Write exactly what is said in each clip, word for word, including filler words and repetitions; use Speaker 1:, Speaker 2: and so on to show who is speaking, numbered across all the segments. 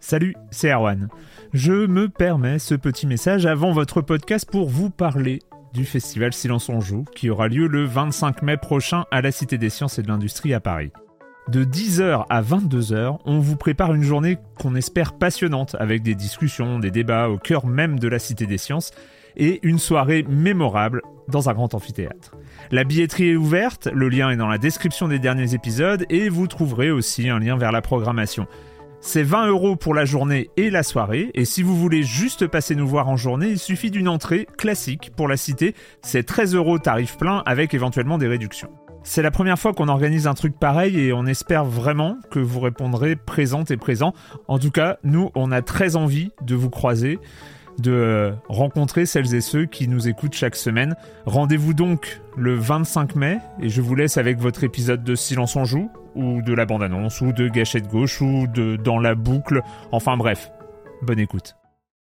Speaker 1: Salut, c'est Erwan. Je me permets ce petit message avant votre podcast pour vous parler du festival Silence on Joue qui aura lieu le vingt-cinq mai prochain à la Cité des Sciences et de l'Industrie à Paris. De dix heures à vingt-deux heures, on vous prépare une journée qu'on espère passionnante avec des discussions, des débats au cœur même de la Cité des Sciences et une soirée mémorable dans un grand amphithéâtre. La billetterie est ouverte, le lien est dans la description des derniers épisodes et vous trouverez aussi un lien vers la programmation. C'est vingt euros pour la journée et la soirée, et si vous voulez juste passer nous voir en journée, il suffit d'une entrée classique pour la Cité, c'est treize euros tarif plein avec éventuellement des réductions. C'est la première fois qu'on organise un truc pareil et on espère vraiment que vous répondrez présente et présent. En tout cas, nous, on a très envie de vous croiser, de rencontrer celles et ceux qui nous écoutent chaque semaine. Rendez-vous donc le vingt-cinq mai et je vous laisse avec votre épisode de Silence on Joue, ou de la bande-annonce, ou de Gâchette Gauche, ou de Dans la boucle. Enfin bref, bonne écoute.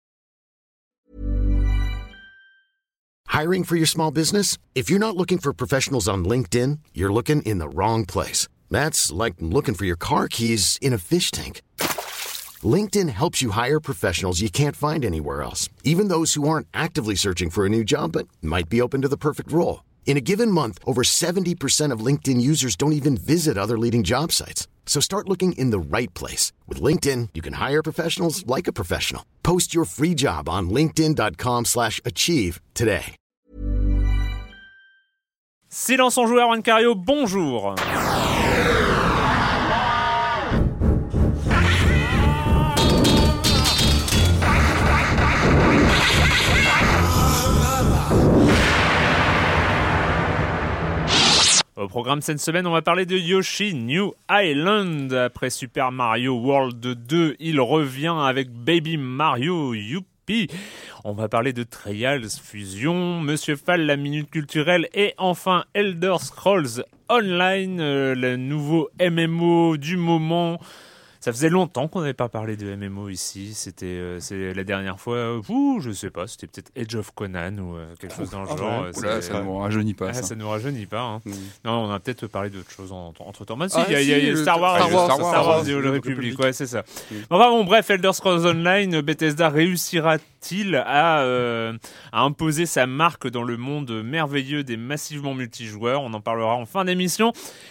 Speaker 2: Hiring for your small business? If you're not looking for professionals on LinkedIn, you're looking in the wrong place. That's like looking for your car keys in a fish tank. LinkedIn helps you hire professionals you can't find anywhere else, even those who aren't actively searching for a new job but might be open to the perfect role. In a given month, over seventy percent of LinkedIn users don't even visit other leading job sites. So start looking in the right place. With LinkedIn, you can hire professionals like a professional. Post your free job on linkedin dot com slash achieve today.
Speaker 1: Silence en Joue, Erwan Cario, bonjour. Au programme cette semaine, on va parler de Yoshi New Island. Après Super Mario World deux, il revient avec Baby Mario, youpi. On va parler de Trials Fusion, Monsieur Fall, la minute culturelle et enfin Elder Scrolls Online, euh, le nouveau M M O du moment. Ça faisait longtemps qu'on n'avait pas parlé de M M O ici. C'était euh, c'est la dernière fois, euh, ouh, je sais pas, c'était peut-être Age of Conan ou euh, quelque chose dans le
Speaker 3: oh,
Speaker 1: genre.
Speaker 3: Ouais. Oula, ça ne nous rajeunit pas.
Speaker 1: Ah,
Speaker 3: ça.
Speaker 1: ça ne nous rajeunit pas. Hein. Mm. Non, on a peut-être parlé d'autres choses entre temps. Même si,
Speaker 3: ah,
Speaker 1: il y a,
Speaker 3: si,
Speaker 1: il y a Star Wars,
Speaker 3: Star Wars,
Speaker 1: Star Wars, Star Wars, Star Wars et le République. Ouais, c'est ça. Mm. Enfin bon, bref, Elder Scrolls Online, Bethesda réussira-t-il à, euh, à imposer sa marque dans le monde merveilleux des massivement multijoueurs? On en parlera en fin d'émission.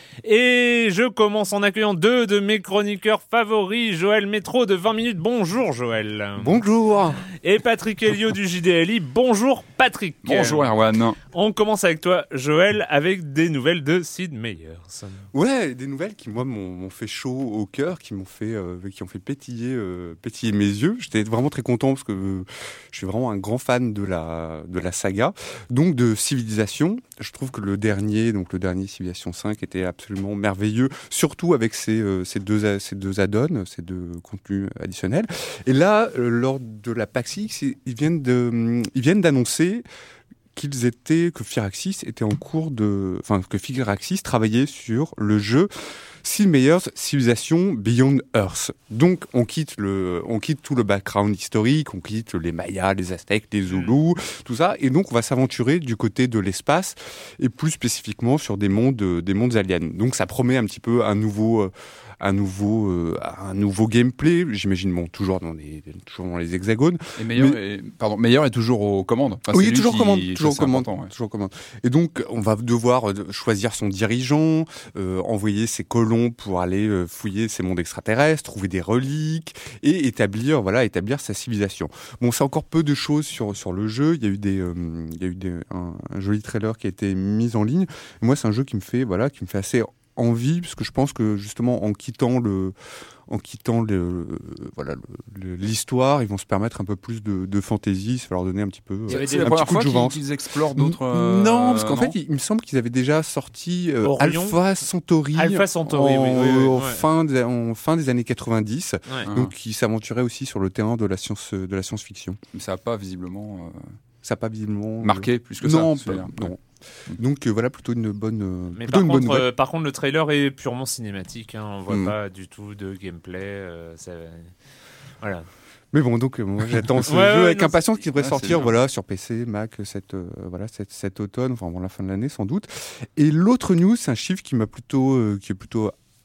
Speaker 1: Et je commence en accueillant deux de mes chroniqueurs favoris, Joël Métro de vingt minutes. Bonjour Joël.
Speaker 3: Bonjour.
Speaker 1: Et Patrick Helio du J D L I. Bonjour Patrick.
Speaker 3: Bonjour Erwan.
Speaker 1: On commence avec toi Joël avec des nouvelles de Sid Meier's.
Speaker 4: Ouais, des nouvelles qui moi m'ont, m'ont fait chaud au cœur, qui m'ont fait, euh, qui ont fait pétiller, euh, pétiller mes yeux. J'étais vraiment très content parce que euh, je suis vraiment un grand fan de la, de la saga. Donc de Civilization. Je trouve que le dernier, donc le dernier Civilization cinq était absolument merveilleux, surtout avec ces, euh, ces, deux, ces deux add-ons, ces deux contenus additionnels. Et là, euh, lors de la PAX X, ils viennent, de, ils viennent d'annoncer qu'ils étaient, que Firaxis était en cours de, enfin, que Firaxis travaillait sur le jeu Sid Meier's Civilization Beyond Earth. Donc, on quitte le, on quitte tout le background historique, on quitte les Mayas, les Aztèques, les Zoulous, tout ça, et donc on va s'aventurer du côté de l'espace et plus spécifiquement sur des mondes, des mondes aliens. Donc, ça promet un petit peu un nouveau, euh, un nouveau, euh, un nouveau gameplay. J'imagine, bon, toujours dans les, toujours dans les hexagones.
Speaker 3: Et Meilleur, mais... est, pardon, Meilleur est toujours aux commandes. Enfin,
Speaker 4: oui, toujours
Speaker 3: qui,
Speaker 4: commande, toujours
Speaker 3: ça,
Speaker 4: commande,
Speaker 3: ouais.
Speaker 4: toujours commande. Et donc, on va devoir choisir son dirigeant, euh, envoyer ses colons pour aller euh, fouiller ces mondes extraterrestres, trouver des reliques et établir, voilà, établir sa civilisation. Bon, c'est encore peu de choses sur sur le jeu. Il y a eu des, euh, il y a eu des, un, un joli trailer qui a été mis en ligne. Et moi, c'est un jeu qui me fait, voilà, qui me fait assez envie, parce que je pense que justement en quittant le en quittant le, euh, voilà, le, le, l'histoire, ils vont se permettre un peu plus de, de fantaisie, ça va leur donner un petit peu
Speaker 3: c'est,
Speaker 4: euh,
Speaker 3: c'est
Speaker 4: un
Speaker 3: la
Speaker 4: petit
Speaker 3: première
Speaker 4: coup de
Speaker 3: fois
Speaker 4: jouvence.
Speaker 3: qu'ils, qu'ils explorent d'autres... Euh,
Speaker 4: non, parce qu'en
Speaker 3: non
Speaker 4: fait, il, il me semble qu'ils avaient déjà sorti euh,
Speaker 1: Orion.
Speaker 4: Alpha Centauri,
Speaker 1: Alpha Centauri
Speaker 4: en,
Speaker 1: oui, oui, oui,
Speaker 4: en,
Speaker 1: ouais.
Speaker 4: fin des, en fin des années quatre-vingt-dix,
Speaker 1: ouais.
Speaker 4: donc qui s'aventuraient aussi sur le terrain de la, science, de la science-fiction.
Speaker 3: Mais ça n'a pas visiblement... Euh...
Speaker 4: Ça n'a pas visiblement...
Speaker 3: marqué euh... plus que
Speaker 4: non,
Speaker 3: ça.
Speaker 4: Non, non. Donc euh, voilà, plutôt une bonne, euh,
Speaker 1: mais
Speaker 4: plutôt
Speaker 1: par
Speaker 4: une
Speaker 1: contre,
Speaker 4: bonne nouvelle.
Speaker 1: Euh, par contre, le trailer est purement cinématique. Hein, on voit
Speaker 4: mm.
Speaker 1: pas du tout de gameplay. Euh, ça... Voilà.
Speaker 4: Mais bon, donc euh, moi j'attends ce
Speaker 1: ouais,
Speaker 4: jeu
Speaker 1: ouais,
Speaker 4: avec
Speaker 1: non,
Speaker 4: impatience qui devrait
Speaker 3: ah,
Speaker 4: sortir, voilà, sur P C, Mac, cet, euh, voilà, cet, cet automne, enfin avant la fin de l'année sans doute. Et l'autre news, c'est un chiffre qui m'a plutôt, euh, qui est plutôt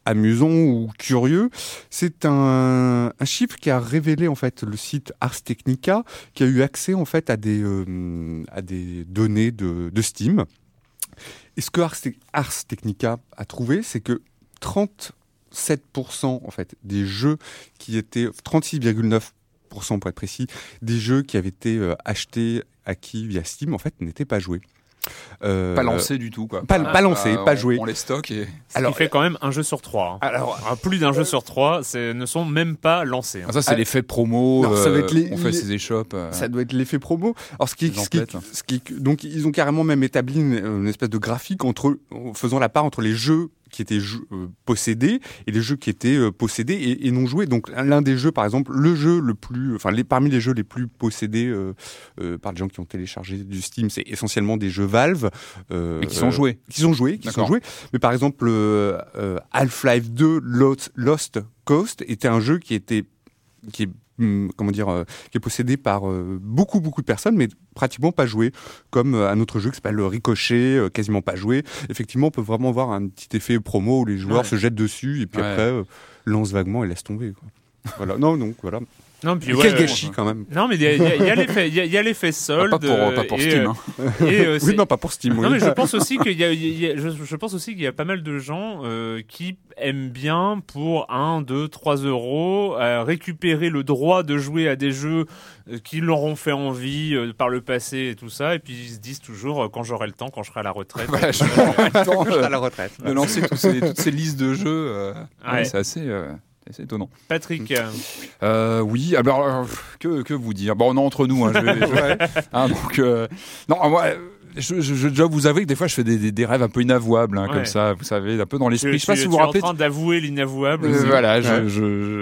Speaker 4: amusant ou curieux. C'est un, un chiffre qui a révélé en fait le site Ars Technica, qui a eu accès en fait à des, euh, à des données de, de Steam. Et ce que Ars, Ars Technica a trouvé, c'est que trente-sept pour cent en fait des jeux qui étaient trente-six virgule neuf pour cent pour être précis des jeux qui avaient été euh, achetés acquis via Steam en fait n'étaient pas joués.
Speaker 3: Euh, pas lancé du tout quoi.
Speaker 4: Pas, ah, pas lancé,
Speaker 3: euh,
Speaker 4: pas
Speaker 3: on,
Speaker 4: joué.
Speaker 3: On les stocke et.
Speaker 1: Ce alors, qui fait quand même un jeu sur trois. Hein. Alors, alors, plus d'un jeu sur trois, c'est, ne sont même pas lancés. Hein.
Speaker 3: Ah, ça c'est ah, l'effet promo. Non,
Speaker 4: ça
Speaker 3: euh,
Speaker 4: va être les,
Speaker 3: on fait ses échoppes. Euh,
Speaker 4: ça doit être l'effet promo. Alors ce qui, ce qui, ce qui, donc ils ont carrément même établi une, une espèce de graphique entre, faisant la part entre les jeux qui étaient jeux, euh, possédés et les jeux qui étaient euh, possédés et, et non joués. Donc l'un des jeux, par exemple, le jeu le plus, enfin les, parmi les jeux les plus possédés euh, euh, par des gens qui ont téléchargé du Steam, c'est essentiellement des jeux Valve
Speaker 3: euh, et qui sont joués,
Speaker 4: qui sont joués, qui D'accord. sont joués. Mais par exemple, euh, euh, Half-Life deux Lost, Lost Coast était un jeu qui était, qui est comment dire, euh, qui est possédé par euh, beaucoup beaucoup de personnes, mais pratiquement pas joué, comme euh, un autre jeu qui s'appelle le Ricochet, euh, quasiment pas joué. Effectivement, on peut vraiment voir un petit effet promo où les joueurs ouais. se jettent dessus et puis ouais. après euh, lancent vaguement et laissent tomber. Quoi. Voilà. Non, donc voilà.
Speaker 1: Non, puis
Speaker 4: ouais, quel
Speaker 1: ouais,
Speaker 4: gâchis
Speaker 1: ouais.
Speaker 4: quand même.
Speaker 1: Non, mais il y a, y a, y a l'effet, il y a, y a l'effet solde.
Speaker 3: Pas pour, pas pour
Speaker 1: et,
Speaker 3: Steam. Hein.
Speaker 1: Et, euh,
Speaker 4: oui, non, pas pour Steam. Oui.
Speaker 1: Non, mais je pense aussi qu'il y a, y a je, je pense aussi qu'il y a pas mal de gens euh, qui aiment bien pour un, deux, trois euros euh, récupérer le droit de jouer à des jeux euh, qui leur ont fait envie euh, par le passé et tout ça, et puis ils se disent toujours euh, quand j'aurai le temps, quand je serai à la retraite.
Speaker 3: Voilà, je j'aurai le temps
Speaker 4: euh, à la retraite.
Speaker 3: De lancer tous ces, toutes ces listes de jeux. Euh, ouais. Ouais, c'est assez. Euh... C'est étonnant.
Speaker 1: Patrick.
Speaker 3: Euh, oui, alors euh, que que vous dire. Bon, on est entre nous. Hein, je vais, je vais, hein, donc euh, non, moi. Je, je, je dois vous avouer que des fois je fais des, des, des rêves un peu inavouables hein, ouais. comme ça, vous savez, un peu dans l'esprit.
Speaker 1: Tu,
Speaker 3: je sais pas
Speaker 1: tu,
Speaker 3: si
Speaker 1: tu
Speaker 3: vous vous rappelez.
Speaker 1: Es en train d'avouer l'inavouable.
Speaker 3: Euh, voilà, ouais. je, je,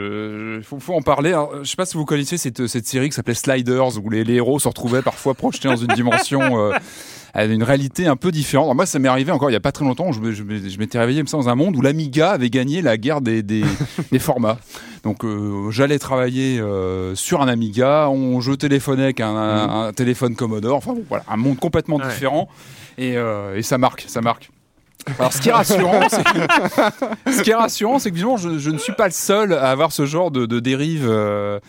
Speaker 3: je, faut, faut en parler. Alors, je sais pas si vous connaissez cette, cette série qui s'appelait Sliders, où les, les héros se retrouvaient parfois projetés dans une dimension. Euh, à une réalité un peu différente. Alors moi, ça m'est arrivé encore il y a pas très longtemps. Je, je, je m'étais réveillé dans un monde où l'Amiga avait gagné la guerre des, des, des formats. Donc euh, j'allais travailler euh, sur un Amiga, on, je téléphonais avec un, un, un téléphone Commodore. Enfin bon, voilà, un monde complètement ouais. différent. Et, euh, et ça marque, ça marque. Alors ce qui est rassurant, c'est que, ce qui est rassurant, c'est que évidemment, je, je ne suis pas le seul à avoir ce genre de, de dérive. Euh,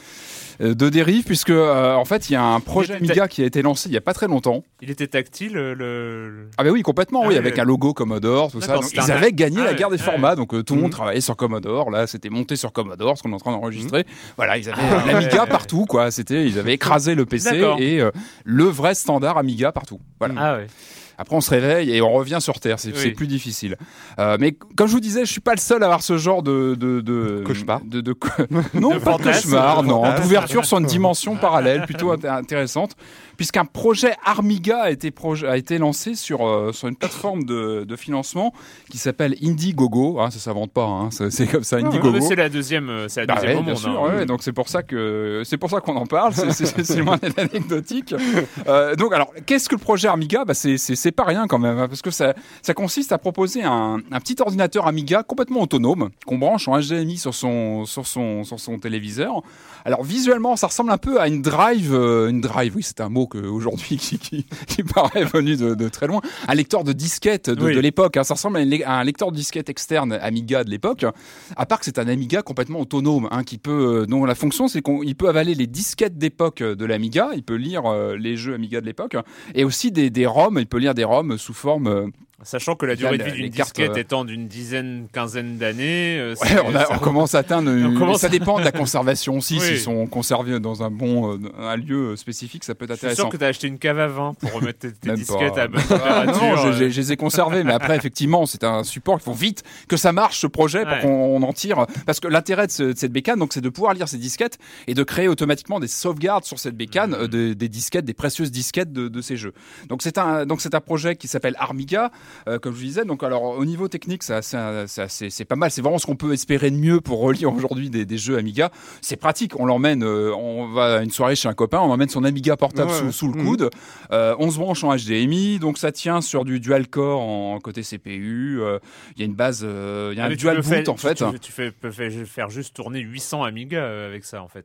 Speaker 3: de dérive puisque euh, en fait il y a un projet Amiga qui a été lancé il y a pas très longtemps.
Speaker 1: Il était tactile le, le...
Speaker 3: Ah ben oui complètement ah, oui avec euh... un logo Commodore tout D'accord, ça. Donc, ils avaient gagné ah, la guerre des ah, formats donc euh, tout le mmh. monde travaillait sur Commodore là c'était monté sur Commodore ce qu'on est en train d'enregistrer. Mmh. Voilà ils avaient ah, l'Amiga ouais, partout quoi c'était ils avaient écrasé le P C D'accord. et euh, le vrai standard Amiga partout. Voilà.
Speaker 1: Ah ouais.
Speaker 3: Après, on se réveille et on revient sur Terre. C'est, oui. c'est plus difficile. Euh, mais comme je vous disais, je suis pas le seul à avoir ce genre de de de
Speaker 4: cauchemar.
Speaker 3: De, de, de non, pas de cauchemar, non, d'ouverture sur une dimension parallèle, plutôt intéressante, puisqu'un projet Armiga a été proje- a été lancé sur euh, sur une plateforme de de financement qui s'appelle Indiegogo. Hein, ça s'invente pas. Hein, c'est, c'est comme ça, Indiegogo.
Speaker 1: Non, c'est la deuxième, c'est la bah deuxième
Speaker 3: ouais,
Speaker 1: au
Speaker 3: bien
Speaker 1: monde.
Speaker 3: Sûr,
Speaker 1: hein.
Speaker 3: ouais, donc c'est pour ça que c'est pour ça qu'on en parle. C'est, c'est, c'est loin d'être anecdotique. Euh, donc alors, qu'est-ce que le projet Armiga ? Bah c'est c'est c'est pas rien quand même, hein, parce que ça, ça consiste à proposer un, un petit ordinateur Amiga complètement autonome qu'on branche en H D M I sur son, sur son, sur son téléviseur. Alors visuellement, ça ressemble un peu à une drive, euh, une drive, oui, c'est un mot que aujourd'hui qui, qui, qui paraît venu de, de très loin, un lecteur de disquette de, oui. de l'époque. Hein, ça ressemble à, une, à un lecteur de disquette externe Amiga de l'époque, à part que c'est un Amiga complètement autonome, hein, qui peut, euh, dont la fonction c'est qu'il peut avaler les disquettes d'époque de l'Amiga, il peut lire euh, les jeux Amiga de l'époque, et aussi des, des ROM, il peut lire des ROM sous forme euh,
Speaker 1: Sachant que la durée de vie d'une disquette euh... étant d'une dizaine, quinzaine d'années, euh,
Speaker 3: ouais, on, a, on commence à atteindre. Une... Commence... Ça dépend de la conservation aussi. Oui. S'ils sont conservés dans un bon, euh, un lieu spécifique, ça peut être intéressant. Je suis
Speaker 1: sûr que tu as acheté une cave à vin pour remettre tes, tes disquettes
Speaker 3: pas.
Speaker 1: à bonne température.
Speaker 3: Non, je, je, je les ai conservés, mais après, effectivement, c'est un support. Il faut vite que ça marche ce projet pour ouais. qu'on en tire. Parce que l'intérêt de, ce, de cette bécane, donc, c'est de pouvoir lire ces disquettes et de créer automatiquement des sauvegardes sur cette bécane, mmh. euh, de, des disquettes, des précieuses disquettes de, de ces jeux. Donc c'est un, donc c'est un projet qui s'appelle Armiga, euh, comme je vous disais. Donc alors au niveau technique, ça, ça, ça, c'est, c'est pas mal. C'est vraiment ce qu'on peut espérer de mieux pour relire aujourd'hui des, des jeux Amiga. C'est pratique. On l'emmène, euh, on va à une soirée chez un copain, on emmène son Amiga portable ouais, sous, sous le coude. Mmh. Euh, on se branche en H D M I, donc ça tient sur du dual core en côté C P U. Il euh, y a une base, il euh, y a ah, un dual boot
Speaker 1: faire,
Speaker 3: en fait.
Speaker 1: Tu, tu, tu fais, peux faire juste tourner huit cents Amiga avec ça en fait.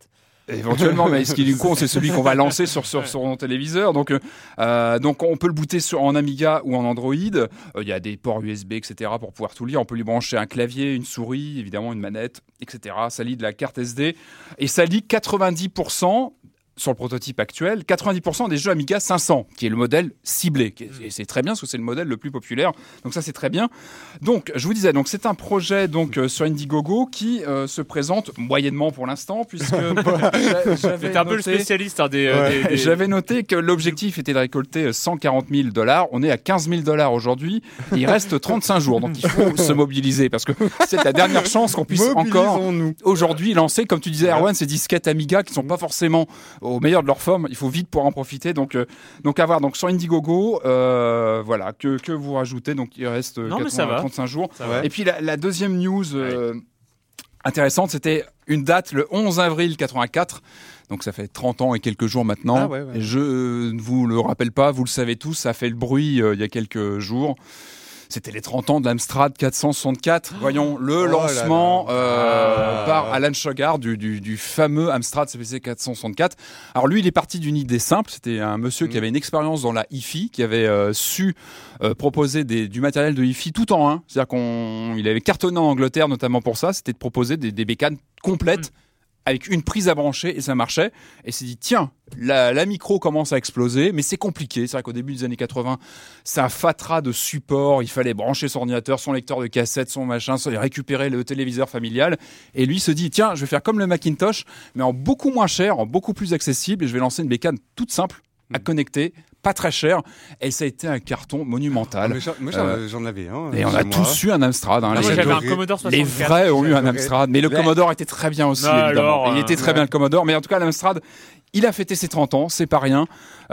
Speaker 3: Éventuellement, mais ce qui est con, c'est celui qu'on va lancer sur sur, sur mon téléviseur. Donc, euh, donc on peut le booter sur en Amiga ou en Android. Il euh, y a des ports U S B, et cetera pour pouvoir tout lire. On peut lui brancher un clavier, une souris, évidemment une manette, et cetera. Ça lit de la carte S D et ça lit quatre-vingt-dix pour cent. Sur le prototype actuel, quatre-vingt-dix pour cent des jeux Amiga cinq cents, qui est le modèle ciblé. Et c'est très bien, parce que c'est le modèle le plus populaire. Donc ça, c'est très bien. Donc, je vous disais, donc c'est un projet donc euh, sur Indiegogo qui euh, se présente moyennement pour l'instant, puisque j'avais
Speaker 1: T'es un peu le
Speaker 3: noté,
Speaker 1: spécialiste hein, des,
Speaker 3: ouais,
Speaker 1: euh, des, des...
Speaker 3: J'avais noté que l'objectif était de récolter cent quarante mille dollars. On est à quinze mille dollars aujourd'hui. Et il reste trente-cinq jours. Donc, il faut se mobiliser, parce que c'est la dernière chance qu'on puisse encore aujourd'hui lancer, comme tu disais, Erwan, ces disquettes Amiga qui sont pas forcément au meilleur de leur forme, il faut vite pouvoir en profiter. Donc, euh, donc à voir. Donc sur Indiegogo, euh, voilà, que, que vous rajoutez. Donc il reste
Speaker 1: non, quatre-vingts, trente-cinq
Speaker 3: jours.
Speaker 1: Ça
Speaker 3: Et puis la, la deuxième news euh, ouais. intéressante, c'était une date le onze avril quatre-vingt-quatre. Donc ça fait trente ans et quelques jours maintenant. Ah ouais, ouais. Je ne vous le rappelle pas, vous le savez tous, ça a fait le bruit euh, il y a quelques jours. C'était les trente ans de l'Amstrad quatre cent soixante-quatre. Oh, Voyons, le oh lancement là là. Euh, ah. par Alan Sugar du, du, du fameux Amstrad C P C quatre cent soixante-quatre. Alors lui, il est parti d'une idée simple. C'était un monsieur mmh. qui avait une expérience dans la hi-fi, qui avait euh, su euh, proposer des, du matériel de hi-fi tout en un. C'est-à-dire qu'il avait cartonné en Angleterre notamment pour ça. C'était de proposer des, des bécanes complètes. Mmh. avec une prise à brancher, et ça marchait. Et s'est dit, tiens, la, la micro commence à exploser, mais c'est compliqué. C'est vrai qu'au début des années quatre-vingts, c'est un fatras de support. Il fallait brancher son ordinateur, son lecteur de cassette, son machin, récupérer le téléviseur familial. Et lui se dit, tiens, je vais faire comme le Macintosh, mais en beaucoup moins cher, en beaucoup plus accessible, et je vais lancer une bécane toute simple à connecter, pas très cher, et ça a été un carton monumental.
Speaker 4: Ah, moi j'en, euh, j'en avais un.
Speaker 3: Et on a
Speaker 4: moi.
Speaker 3: tous eu un Amstrad. Hein,
Speaker 1: ah,
Speaker 3: les,
Speaker 1: moi, j'avais un Commodore soixante-quatre.
Speaker 3: Les vrais ont eu un Amstrad, mais le ouais. Commodore était très bien aussi, ah, évidemment. Alors, il était très euh, bien le Commodore, mais en tout cas l'Amstrad, il a fêté ses trente ans, c'est pas rien.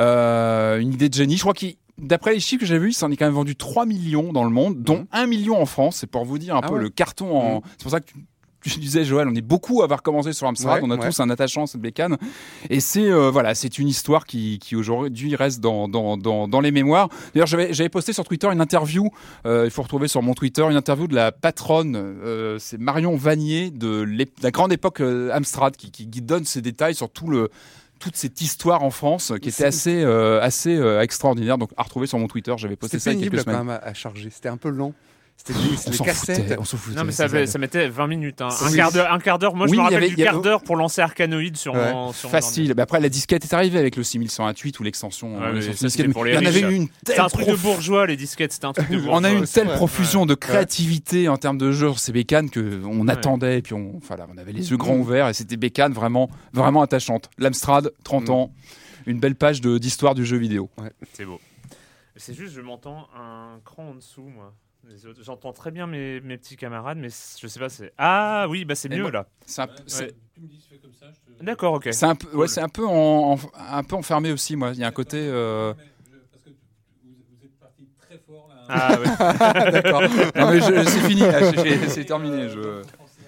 Speaker 3: Euh, une idée de génie, je crois qu'il d'après les chiffres que j'ai vus, il s'en est quand même vendu trois millions dans le monde, dont mmh. un million en France. C'est pour vous dire un ah, peu ouais. le carton en... Mmh. C'est pour ça que tu... Tu disais, Joël, on est beaucoup à avoir commencé sur Amstrad, ouais, on a ouais. tous un attachant à cette bécane, et c'est euh, voilà, c'est une histoire qui, qui aujourd'hui reste dans, dans, dans, dans les mémoires. D'ailleurs, j'avais, j'avais posté sur Twitter une interview, euh, il faut retrouver sur mon Twitter, une interview de la patronne, euh, c'est Marion Vanier de, de la grande époque euh, Amstrad, qui, qui, qui donne ses détails sur tout le toute cette histoire en France qui était assez euh, assez euh, extraordinaire. Donc à retrouver sur mon Twitter, j'avais posté
Speaker 4: c'était
Speaker 3: ça il y a quelques semaines.
Speaker 4: C'était pénible quand même à charger, c'était un peu long. C'était
Speaker 3: on les cassettes. Foutait, on s'en foutait.
Speaker 1: Non mais ça, ça mettait vingt minutes. Hein. Un, quart d'heure, un quart d'heure. Moi oui, je me rappelle avait, du quart avait... d'heure pour lancer Arkanoid sur ouais. mon. Sur
Speaker 3: Facile.
Speaker 1: Mon
Speaker 3: bah après la disquette est arrivée avec le six mille cent vingt-huit ou l'extension.
Speaker 1: Ouais,
Speaker 3: euh,
Speaker 1: ça, c'était pour les
Speaker 3: Il y en
Speaker 1: riches.
Speaker 3: avait une telle.
Speaker 1: C'était un truc prof... de bourgeois les disquettes. C'était un truc de bourgeois.
Speaker 3: On a eu une telle profusion ouais. de créativité en termes de jeux sur ces bécanes que on ouais. attendait et puis on, enfin là, on avait les yeux grands ouverts et c'était bécanes vraiment, vraiment attachantes. L'Amstrad, trente ans, une belle page de d'histoire du jeu vidéo.
Speaker 1: Ouais. C'est beau. C'est juste, je m'entends un cran en dessous, moi. J'entends très bien mes, mes petits camarades, mais je sais pas, c'est... Ah oui, bah c'est mieux, moi, là.
Speaker 3: C'est un peu, c'est...
Speaker 5: Ouais, tu me dis, fais comme ça, je te...
Speaker 1: D'accord, ok.
Speaker 3: C'est un peu, ouais, c'est un peu, en, en, un peu enfermé aussi, moi. Il y a un côté... Euh...
Speaker 5: Parce que vous, vous êtes parti très fort, là.
Speaker 1: Ah oui.
Speaker 3: D'accord. Non, mais je, c'est fini, là. J'ai, j'ai, c'est terminé. Je...
Speaker 5: Voilà,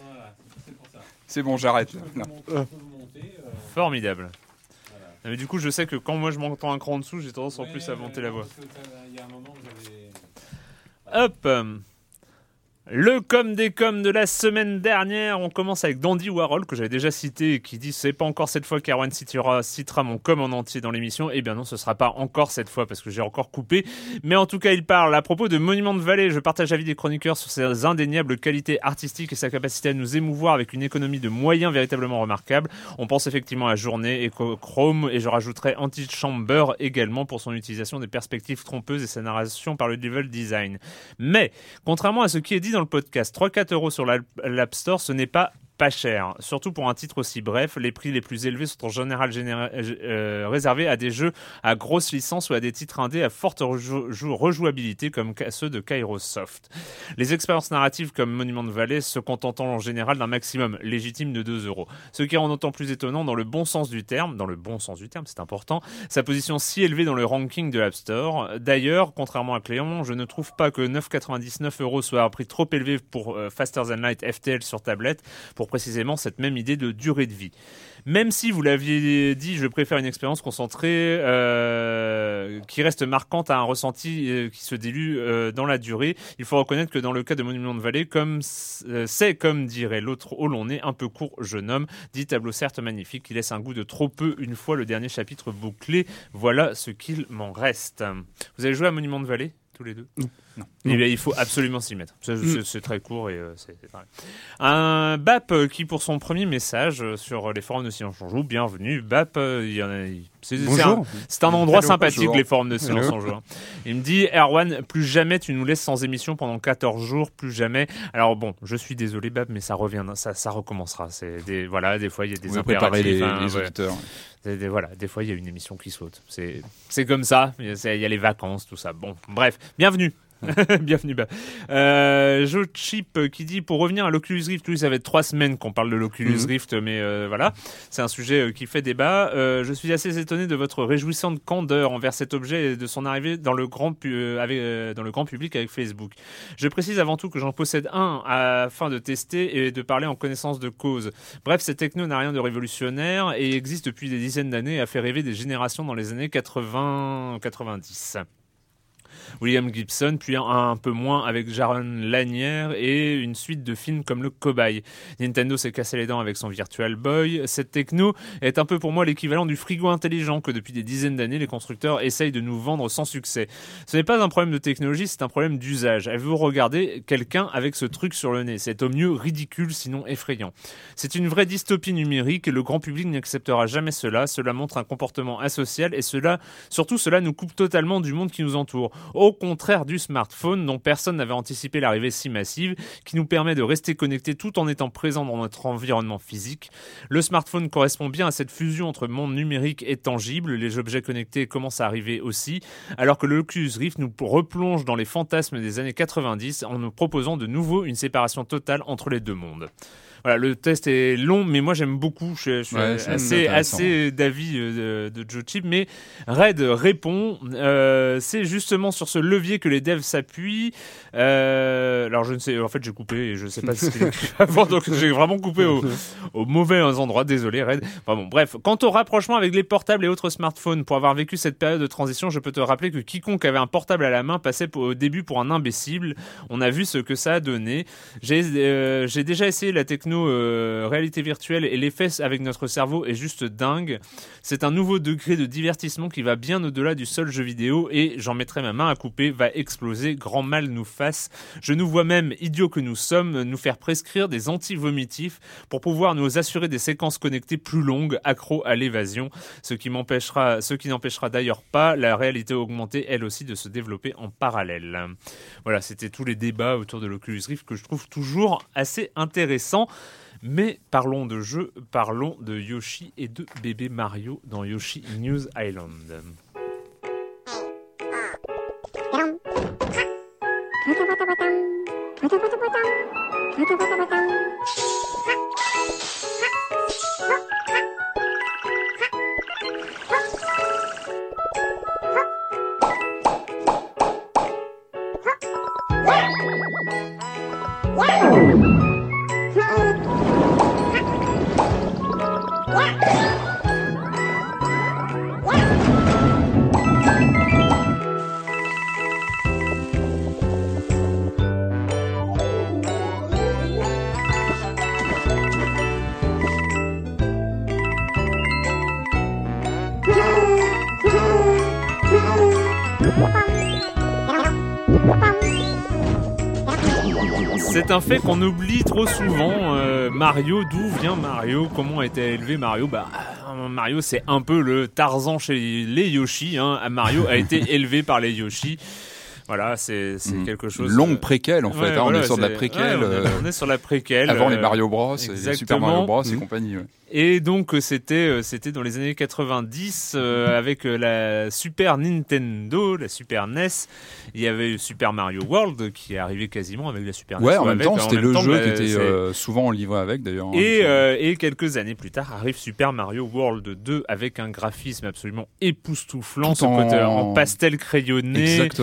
Speaker 5: c'est pour ça.
Speaker 3: C'est bon, j'arrête. Là.
Speaker 5: Euh...
Speaker 1: Formidable. Voilà. Non, mais du coup, je sais que quand moi je m'entends un cran en dessous, j'ai tendance en ouais, plus à monter la voix.
Speaker 5: Il y a un moment, vous avez...
Speaker 1: Hop, le com des coms de la semaine dernière, on commence avec Dandy Warhol, que j'avais déjà cité, et qui dit « C'est pas encore cette fois qu'Erwan citera, citera mon com en entier dans l'émission ». Eh bien non, ce sera pas encore cette fois, parce que j'ai encore coupé. Mais en tout cas, il parle à propos de Monument de Vallée. Je partage l'avis des chroniqueurs sur ses indéniables qualités artistiques et sa capacité à nous émouvoir avec une économie de moyens véritablement remarquable. On pense effectivement à Journée, Echochrome, et je rajouterai Antichamber également pour son utilisation des perspectives trompeuses et sa narration par le level design. Mais, contrairement à ce qui est dit dans le podcast, trois à quatre euros sur l'App Store, ce n'est pas pas cher, surtout pour un titre aussi bref. Les prix les plus élevés sont en général généra- euh, réservés à des jeux à grosse licence ou à des titres indés à forte rejou- rejouabilité comme ceux de Kairosoft. Les expériences narratives comme Monument de Vallée se contentant en général d'un maximum légitime de deux euros. Ce qui rend d'autant plus étonnant dans le bon sens du terme, dans le bon sens du terme, c'est important, sa position si élevée dans le ranking de l'App Store. D'ailleurs, contrairement à Cléon, je ne trouve pas que neuf euros quatre-vingt-dix-neuf soit un prix trop élevé pour euh, Faster Than Light F T L sur tablette, pour précisément cette même idée de durée de vie. Même si vous l'aviez dit, je préfère une expérience concentrée euh, qui reste marquante à un ressenti euh, qui se dilue euh, dans la durée. Il faut reconnaître que dans le cas de Monument Valley, comme euh, c'est comme dirait l'autre au long nez, un peu court jeune homme, dit tableau certes magnifique qui laisse un goût de trop peu une fois le dernier chapitre bouclé. Voilà ce qu'il m'en reste. Vous avez joué à Monument Valley tous les deux?
Speaker 3: Non. Non.
Speaker 1: Eh bien, il faut absolument s'y mettre. C'est, c'est, c'est très court et euh, c'est, c'est pareil. Un B A P qui, pour son premier message sur les forums de Silence on Joue, bienvenue. B A P, euh, il y en a, c'est, c'est, un, c'est un endroit
Speaker 3: Hello,
Speaker 1: sympathique,
Speaker 3: bonjour.
Speaker 1: les forums de Silence
Speaker 3: Hello.
Speaker 1: on Joue. Hein. Il me dit, Erwan, plus jamais tu nous laisses sans émission pendant quatorze jours, plus jamais. Alors bon, je suis désolé, B A P, mais ça revient, ça, ça recommencera. C'est des, voilà, des fois, il y a des
Speaker 3: Vous pouvez préparer
Speaker 1: impératifs.
Speaker 3: les,
Speaker 1: hein,
Speaker 3: les
Speaker 1: ouais.
Speaker 3: auditeurs.
Speaker 1: Des, des, voilà, des fois, il y a une émission qui saute. C'est, c'est comme ça. Il y, a, il y a les vacances, tout ça. Bon, bref, bienvenue. Bienvenue, bah. euh, Joe Chip qui dit pour revenir à l'Oculus Rift, oui, ça va être trois semaines qu'on parle de l'Oculus mm-hmm. Rift, mais euh, voilà, c'est un sujet euh, qui fait débat. Euh, je suis assez étonné de votre réjouissante candeur envers cet objet et de son arrivée dans le grand, pu- euh, avec, euh, dans le grand public avec Facebook. Je précise avant tout que j'en possède un afin de tester et de parler en connaissance de cause. Bref, cette techno n'a rien de révolutionnaire et existe depuis des dizaines d'années et a fait rêver des générations dans les années quatre-vingts quatre-vingt-dix. William Gibson, puis un, un peu moins avec Jaron Lanier et une suite de films comme Le Cobaye. Nintendo s'est cassé les dents avec son Virtual Boy. Cette techno est un peu pour moi l'équivalent du frigo intelligent que depuis des dizaines d'années les constructeurs essayent de nous vendre sans succès. Ce n'est pas un problème de technologie, c'est un problème d'usage. Avez-vous regardé quelqu'un avec ce truc sur le nez? C'est au mieux ridicule, sinon effrayant. C'est une vraie dystopie numérique et le grand public n'acceptera jamais cela. Cela montre un comportement asocial et cela, surtout cela nous coupe totalement du monde qui nous entoure. Au contraire du smartphone dont personne n'avait anticipé l'arrivée si massive, qui nous permet de rester connectés tout en étant présents dans notre environnement physique. Le smartphone correspond bien à cette fusion entre monde numérique et tangible. Les objets connectés commencent à arriver aussi, alors que le Oculus Rift nous replonge dans les fantasmes des années quatre-vingt-dix en nous proposant de nouveau une séparation totale entre les deux mondes. Voilà, le test est long, mais moi j'aime beaucoup. Je, je suis
Speaker 3: ouais,
Speaker 1: assez, assez d'avis de, de Joe Chip. Mais Red répond, euh, c'est justement sur ce levier que les devs s'appuient. Euh, alors je ne sais, en fait j'ai coupé et je ne sais pas ce qu'il y a avant, donc j'ai vraiment coupé au, au mauvais endroit. Désolé Red. Enfin bon, bref. Quant au rapprochement avec les portables et autres smartphones, pour avoir vécu cette période de transition, je peux te rappeler que quiconque avait un portable à la main passait pour, au début pour un imbécile. On a vu ce que ça a donné. J'ai, euh, j'ai déjà essayé la techno Euh, réalité virtuelle et l'effet avec notre cerveau est juste dingue. C'est un nouveau degré de divertissement qui va bien au-delà du seul jeu vidéo et j'en mettrai ma main à couper, va exploser, grand mal nous fasse. Je nous vois même, idiots que nous sommes, nous faire prescrire des anti-vomitifs pour pouvoir nous assurer des séquences connectées plus longues, accro à l'évasion, ce qui m'empêchera, ce qui n'empêchera d'ailleurs pas la réalité augmentée elle aussi de se développer en parallèle. Voilà, c'était tous les débats autour de l'Oculus Rift que je trouve toujours assez intéressants. Mais parlons de jeux, parlons de Yoshi et de bébé Mario dans Yoshi News Island. C'est un fait qu'on oublie trop souvent. Euh, Mario, d'où vient Mario? Comment a été élevé Mario? Bah, Mario, c'est un peu le Tarzan chez les Yoshi. Hein. Mario a été élevé par les Yoshi. Voilà, c'est, c'est mmh. quelque chose...
Speaker 3: Longue préquelle, en fait.
Speaker 1: Ouais,
Speaker 3: hein,
Speaker 1: voilà,
Speaker 3: on est sur
Speaker 1: c'est...
Speaker 3: de la préquelle.
Speaker 1: Ouais, on, est,
Speaker 3: euh...
Speaker 1: on est sur la préquelle.
Speaker 3: Avant
Speaker 1: euh...
Speaker 3: les Mario Bros, et les Super Mario Bros et
Speaker 1: mmh.
Speaker 3: compagnie. Ouais.
Speaker 1: Et donc c'était c'était dans les années quatre-vingt-dix euh, avec la Super Nintendo, la Super N E S. Il y avait Super Mario World qui est arrivé quasiment avec la Super N E S.
Speaker 3: Ouais, en même
Speaker 1: avec,
Speaker 3: temps, c'était en même le temps, jeu bah, qui était
Speaker 1: c'est...
Speaker 3: euh, souvent livré avec d'ailleurs.
Speaker 1: Et, hein, euh, et quelques années plus tard arrive Super Mario World deux avec un graphisme absolument époustouflant,
Speaker 3: tout
Speaker 1: ce
Speaker 3: en...
Speaker 1: côté en pastel crayonné.
Speaker 3: Exactement.
Speaker 1: C'était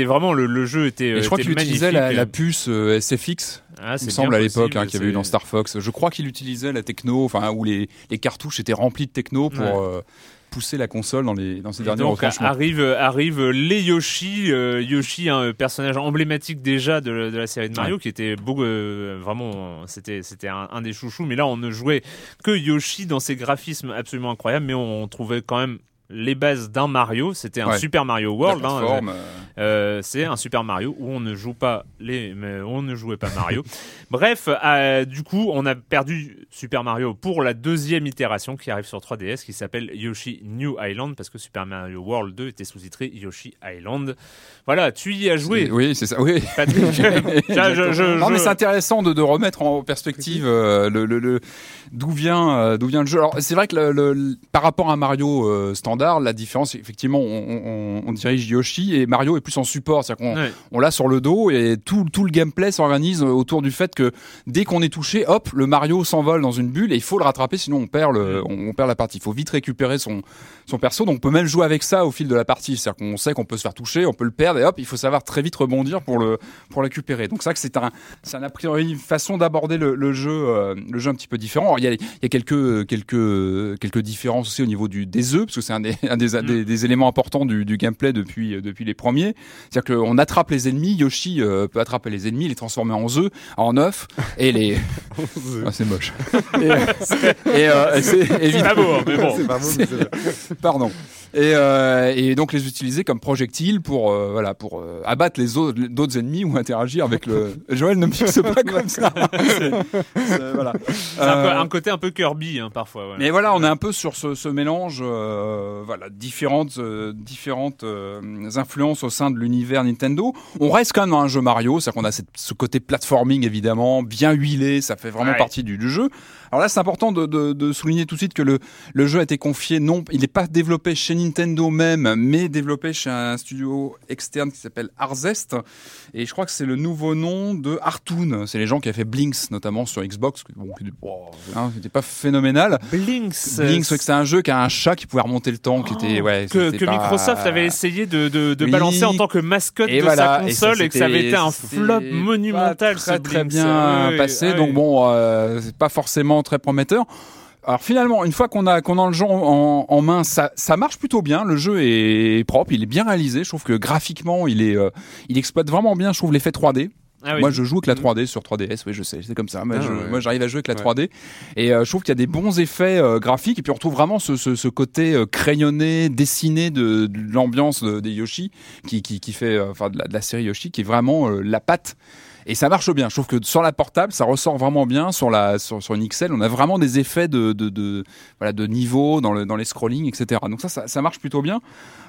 Speaker 1: était vraiment le, le jeu était.
Speaker 3: Et je crois
Speaker 1: était
Speaker 3: qu'il utilisait la,
Speaker 1: magnifique.
Speaker 3: la puce euh, S F X.
Speaker 1: Ah,
Speaker 3: il me semble
Speaker 1: bien
Speaker 3: à l'époque
Speaker 1: possible,
Speaker 3: hein, qu'il y avait eu dans Star Fox. Je crois qu'il utilisait la techno, enfin où les, les cartouches étaient remplies de techno pour
Speaker 1: Ouais.
Speaker 3: euh, pousser la console dans les dans ces
Speaker 1: Et
Speaker 3: derniers
Speaker 1: donc
Speaker 3: retranchements.
Speaker 1: arrive arrive les Yoshi, euh, Yoshi un personnage emblématique déjà de, de la série de Mario
Speaker 3: Ouais.
Speaker 1: qui était beaucoup euh, vraiment c'était c'était un, un des chouchous, mais là on ne jouait que Yoshi dans ses graphismes absolument incroyables, mais on, on trouvait quand même les bases d'un Mario. C'était un
Speaker 3: Ouais.
Speaker 1: Super Mario
Speaker 3: La
Speaker 1: World, hein,
Speaker 3: plateforme, euh,
Speaker 1: Euh, c'est un Super Mario où on ne joue pas les, mais on ne jouait pas Mario. Bref, euh, du coup, on a perdu Super Mario pour la deuxième itération qui arrive sur trois D S, qui s'appelle Yoshi New Island, parce que Super Mario World deux était sous-titré Yoshi Island. Voilà, tu y as joué,
Speaker 3: c'est- Oui, c'est ça. Oui.
Speaker 1: Patrick. je, je, je,
Speaker 3: non, mais
Speaker 1: je-
Speaker 3: c'est intéressant de, de remettre en perspective euh, le, le, le d'où vient euh, d'où vient le jeu. Alors c'est vrai que le, le, le- par rapport à Mario euh, standard, la différence, effectivement, on, on, on dirige Yoshi et Mario est plus en support, c'est-à-dire qu'on
Speaker 1: Ouais.
Speaker 3: on l'a sur le dos et tout tout le gameplay s'organise autour du fait que dès qu'on est touché, hop, le Mario s'envole dans une bulle et il faut le rattraper, sinon on perd le on, on perd la partie. Il faut vite récupérer son son perso, donc on peut même jouer avec ça au fil de la partie, c'est-à-dire qu'on sait qu'on peut se faire toucher, on peut le perdre et hop, il faut savoir très vite rebondir pour le pour le récupérer. Donc ça que c'est un c'est un a priori une façon d'aborder le, le jeu euh, le jeu un petit peu différent. Alors, il y a il y a quelques quelques quelques différences aussi au niveau du des œufs parce que c'est un des un des,
Speaker 1: Mm.
Speaker 3: des, des éléments importants du, du gameplay depuis depuis les premiers. C'est-à-dire qu'on attrape les ennemis, Yoshi euh, peut attraper les ennemis, les transformer en œufs, en œufs et les ah, c'est moche. Et, et, euh, et c'est
Speaker 1: C'est
Speaker 3: évidemment
Speaker 1: pas beau, hein, mais bon.
Speaker 4: C'est pas beau, mais c'est bien.
Speaker 3: pardon. Et, euh, et donc les utiliser comme projectiles pour euh, voilà pour euh, abattre les autres d'autres ennemis ou interagir avec le Joël ne me fixe pas comme ça. C'est- c'est- voilà.
Speaker 1: C'est un, peu-
Speaker 3: Euh,
Speaker 1: un côté un peu Kirby hein, parfois. Ouais.
Speaker 3: mais voilà, on est un peu sur ce, ce mélange, euh, voilà, différentes, euh, différentes euh, influences au sein de l'univers Nintendo. On reste quand même dans un jeu Mario, c'est-à-dire qu'on a cette, ce côté platforming évidemment, bien huilé, ça fait vraiment
Speaker 1: Ouais.
Speaker 3: partie du, du jeu. Alors là, c'est important de, de, de souligner tout de suite que le, le jeu a été confié, non, il n'est pas développé chez Nintendo même, mais développé chez un studio externe qui s'appelle Arzest. Et je crois que c'est le nouveau nom de Artoon. C'est les gens qui avaient fait Blinks, notamment sur Xbox. Bon, qui hein, c'était pas phénoménal.
Speaker 1: Blinks.
Speaker 3: Blinks, ouais, que c'est un jeu qui a un chat qui pouvait remonter le temps, qui était, ouais,
Speaker 1: que,
Speaker 3: c'était
Speaker 1: que
Speaker 3: pas-
Speaker 1: Microsoft avait essayé de, de, de
Speaker 3: Oui.
Speaker 1: balancer en tant que mascotte
Speaker 3: Et
Speaker 1: de
Speaker 3: voilà,
Speaker 1: sa
Speaker 3: et ça,
Speaker 1: console et, que ça avait été un
Speaker 3: c'était
Speaker 1: flop
Speaker 3: pas
Speaker 1: monumental.
Speaker 3: Très,
Speaker 1: ce
Speaker 3: très
Speaker 1: Blinks.
Speaker 3: bien
Speaker 1: Ouais,
Speaker 3: passé.
Speaker 1: ouais.
Speaker 3: Donc bon, euh, c'est pas forcément très prometteur. Alors finalement, une fois qu'on a qu'on a le jeu en, en main, ça, ça marche plutôt bien. Le jeu est propre, il est bien réalisé. Je trouve que graphiquement, il est, euh, il exploite vraiment bien. Je trouve l'effet trois D.
Speaker 1: Ah oui.
Speaker 3: Moi, je joue avec la trois D sur trois D S, oui, je sais, c'est comme ça. Moi,
Speaker 4: Ah,
Speaker 3: je-
Speaker 4: ouais.
Speaker 3: moi, j'arrive à jouer avec la
Speaker 4: Ouais.
Speaker 3: trois D. Et euh, je trouve qu'il y a des bons effets euh, graphiques. Et puis, on retrouve vraiment ce, ce, ce côté euh, crayonné, dessiné de, de l'ambiance de- des Yoshi, qui, qui, qui fait, euh, enfin, de, la, de la série Yoshi, qui est vraiment euh, la patte. Et ça marche bien. Je trouve que sur la portable, ça ressort vraiment bien. Sur la sur, sur une X L, on a vraiment des effets de de, de voilà de niveau dans le dans les scrollings, et cetera. Donc ça, ça, ça marche plutôt bien.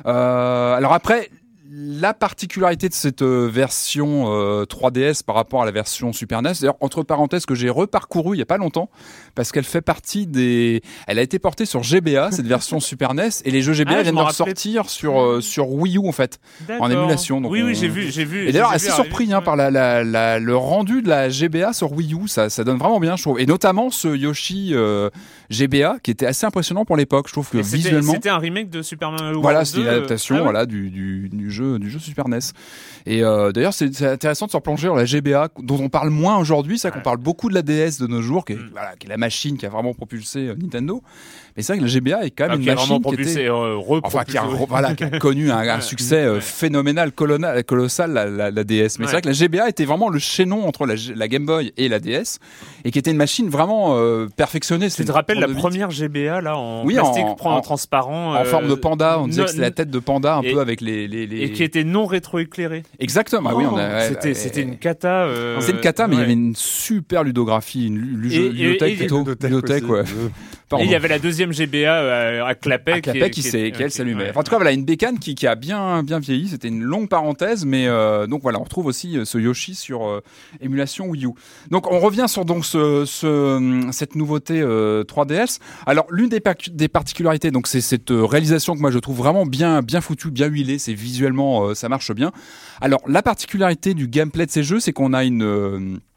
Speaker 3: Euh, alors après. La particularité de cette euh, version euh, trois D S par rapport à la version Super N E S, d'ailleurs entre parenthèses que j'ai reparcouru il y a pas longtemps, parce qu'elle fait partie des, elle a été portée sur G B A cette version Super N E S et les jeux G B A
Speaker 1: Ah, je
Speaker 3: viennent de
Speaker 1: m'en rappelais.
Speaker 3: ressortir sur euh, sur Wii U en fait, en
Speaker 1: D'accord.
Speaker 3: émulation. Donc
Speaker 1: oui,
Speaker 3: on-
Speaker 1: oui, j'ai vu, j'ai vu.
Speaker 3: Et d'ailleurs
Speaker 1: j'ai
Speaker 3: assez
Speaker 1: vu
Speaker 3: surpris
Speaker 1: arriver,
Speaker 3: hein,
Speaker 1: ouais.
Speaker 3: par la, la, la, le rendu de la G B A sur Wii U, ça, ça donne vraiment bien je trouve, et notamment ce Yoshi euh, G B A qui était assez impressionnant pour l'époque. Je trouve que
Speaker 1: Et c'était-
Speaker 3: visuellement.
Speaker 1: C'était un remake de Super Mario World
Speaker 3: Voilà, c'est une
Speaker 1: deux, euh,
Speaker 3: adaptation
Speaker 1: ah ouais.
Speaker 3: voilà, du, du, du, jeu, du jeu Super N E S. Et euh, d'ailleurs, c'est c'est intéressant de se replonger dans la G B A, dont on parle moins aujourd'hui. C'est vrai qu'on
Speaker 1: Ouais.
Speaker 3: parle beaucoup de la D S de nos jours, qui est,
Speaker 1: Mm.
Speaker 3: voilà, qui est la machine qui a vraiment propulsé euh, Nintendo. Mais c'est vrai que la G B A est quand même
Speaker 1: Ah,
Speaker 3: une
Speaker 1: qui est vraiment
Speaker 3: machine qui
Speaker 1: propulsé,
Speaker 3: était...
Speaker 1: euh,
Speaker 3: Enfin, qui a,
Speaker 1: repropulsé.
Speaker 3: voilà, qui a connu un, un
Speaker 1: Ouais.
Speaker 3: succès euh,
Speaker 1: Ouais.
Speaker 3: phénoménal, colonna- colossal, la, la, la D S. Mais
Speaker 1: Ouais.
Speaker 3: c'est vrai que la G B A était vraiment le chaînon entre la, G- la Game Boy et la D S, et qui était une machine vraiment euh, perfectionnée.
Speaker 1: Tu
Speaker 3: C'était
Speaker 1: te
Speaker 3: une
Speaker 1: rappelles la
Speaker 3: trente-deux bits.
Speaker 1: première G B A là en
Speaker 3: Oui,
Speaker 1: plastique
Speaker 3: en-
Speaker 1: pran-
Speaker 3: en-
Speaker 1: transparent
Speaker 3: En
Speaker 1: euh,
Speaker 3: forme de panda, on disait
Speaker 1: non-
Speaker 3: que c'était la tête de panda un
Speaker 1: et-
Speaker 3: peu avec les... les, les...
Speaker 1: et qui était non rétroéclairée.
Speaker 3: Exactement, ah oui, on a... ouais,
Speaker 1: C'était
Speaker 3: ouais,
Speaker 1: c'était
Speaker 3: ouais.
Speaker 1: une cata. euh,
Speaker 3: C'était une cata, mais il y
Speaker 1: ouais.
Speaker 3: avait une super ludographie, une lu- lu-
Speaker 1: Et- et-
Speaker 3: ludothèque
Speaker 1: et-
Speaker 3: plutôt.
Speaker 4: Ludothèque
Speaker 3: Ludothèque,
Speaker 4: aussi.
Speaker 3: ouais.
Speaker 4: Euh,
Speaker 3: Pardon.
Speaker 1: Et il y avait la deuxième G B A euh, à clapet
Speaker 3: À clapet qui, s'est- qui, elle s'allumait. Enfin, en tout cas, voilà, une bécane qui, qui a bien, bien vieilli. C'était une longue parenthèse, mais euh, donc voilà, on retrouve aussi euh, ce Yoshi sur euh, émulation Wii U. Donc, on revient sur donc ce, ce cette nouveauté euh, trois D S. Alors, l'une des, pac- des particularités, donc, c'est cette euh, réalisation que moi je trouve vraiment bien, bien foutue, bien huilée. C'est visuellement, euh, ça marche bien. Alors, la particularité du gameplay de ces jeux, c'est qu'on a une euh,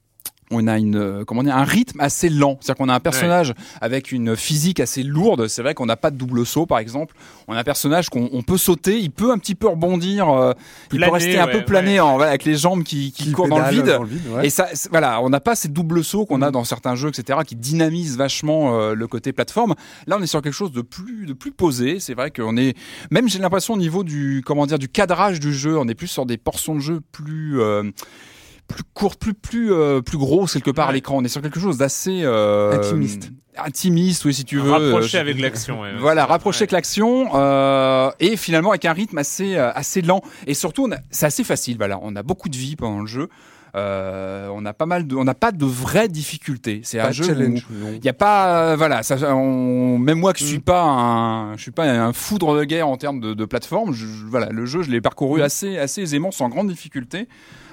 Speaker 3: on a une euh, comment dire un rythme assez lent, c'est-à-dire qu'on a un personnage ouais. avec une physique assez lourde. C'est vrai qu'on n'a pas de double saut par exemple. On a un personnage qu'on on peut sauter, il peut un petit peu rebondir, euh, il
Speaker 1: planer,
Speaker 3: peut rester un
Speaker 1: ouais,
Speaker 3: peu planer
Speaker 1: ouais.
Speaker 3: en, voilà, avec les jambes qui, qui, qui courent dans le vide.
Speaker 4: Dans le vide ouais.
Speaker 3: Et ça, voilà, on n'a pas ces doubles sauts qu'on
Speaker 4: mmh.
Speaker 3: a dans certains jeux, et cetera, qui dynamisent vachement euh, le côté plateforme. Là, on est sur quelque chose de plus de plus posé. C'est vrai qu'on est même j'ai l'impression au niveau du comment dire du cadrage du jeu, on est plus sur des portions de jeu plus euh, plus courte, plus plus euh, plus grosse quelque part ouais. à l'écran. On est sur quelque chose d'assez euh,
Speaker 4: intimiste.
Speaker 3: Intimiste, oui, si tu veux.
Speaker 1: Rapproché
Speaker 3: euh,
Speaker 1: avec l'action. Ouais,
Speaker 3: voilà,
Speaker 1: ouais.
Speaker 3: rapproché avec l'action euh, et finalement avec un rythme assez euh, assez lent. Et surtout, on a, c'est assez facile. Voilà, on a beaucoup de vie pendant le jeu. Euh, on a pas mal de, on n'a pas de vraies difficultés. C'est
Speaker 4: pas
Speaker 3: un jeu
Speaker 4: challenge,
Speaker 3: où il y a pas, euh, voilà, ça, on, même moi que je suis mm. pas un, je suis pas un foudre de guerre en termes de, de plateforme. Je, voilà, le jeu, je l'ai parcouru mm. assez, assez aisément, sans grande difficulté.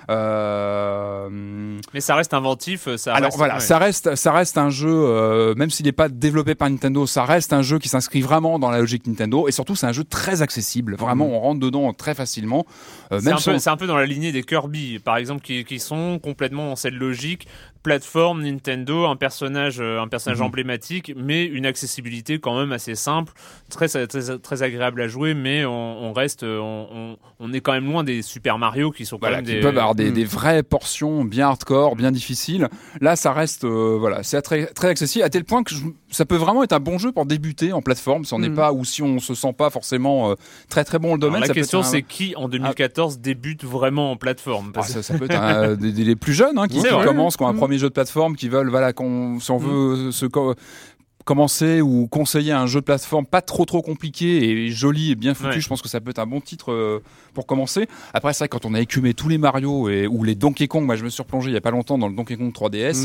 Speaker 3: Euh...
Speaker 1: Mais ça reste inventif. Ça
Speaker 3: Alors
Speaker 1: reste,
Speaker 3: voilà,
Speaker 1: ouais.
Speaker 3: ça reste, ça reste un jeu, euh, même s'il n'est pas développé par Nintendo, ça reste un jeu qui s'inscrit vraiment dans la logique Nintendo. Et surtout, c'est un jeu très accessible. Vraiment, mmh. on rentre dedans très facilement.
Speaker 1: Euh, c'est, même un peu, on... c'est un peu dans la lignée des Kirby, par exemple, qui, qui sont complètement dans cette logique. Plateforme Nintendo, un personnage, un personnage mmh. emblématique, mais une accessibilité quand même assez simple, très très, très agréable à jouer, mais on, on reste, on, on, on est quand même loin des Super Mario qui sont quand
Speaker 3: voilà,
Speaker 1: même
Speaker 3: qui
Speaker 1: des
Speaker 3: peuvent avoir des, mmh. des vraies portions bien hardcore, bien difficiles. Là, ça reste, euh, voilà, c'est très très accessible à tel point que je, ça peut vraiment être un bon jeu pour débuter en plateforme, si on n'est mmh. pas ou si on se sent pas forcément euh, très très bon dans le domaine.
Speaker 1: Alors, la
Speaker 3: ça
Speaker 1: question
Speaker 3: peut être un...
Speaker 1: c'est qui en deux mille quatorze ah. débute vraiment en plateforme
Speaker 3: parce... ah, ça, ça peut être un, des, des, les plus jeunes hein, qui, qui commencent, qui ont un mmh. premier jeu de plateforme, qui veulent, voilà, qu'on, si on veut mmh. se co- commencer ou conseiller un jeu de plateforme pas trop trop compliqué et joli et bien foutu, ouais. je pense que ça peut être un bon titre euh, pour commencer. Après, c'est vrai que quand on a écumé tous les Mario et, ou les Donkey Kong, moi je me suis replongé il y a pas longtemps dans le Donkey Kong trois D S. Mmh.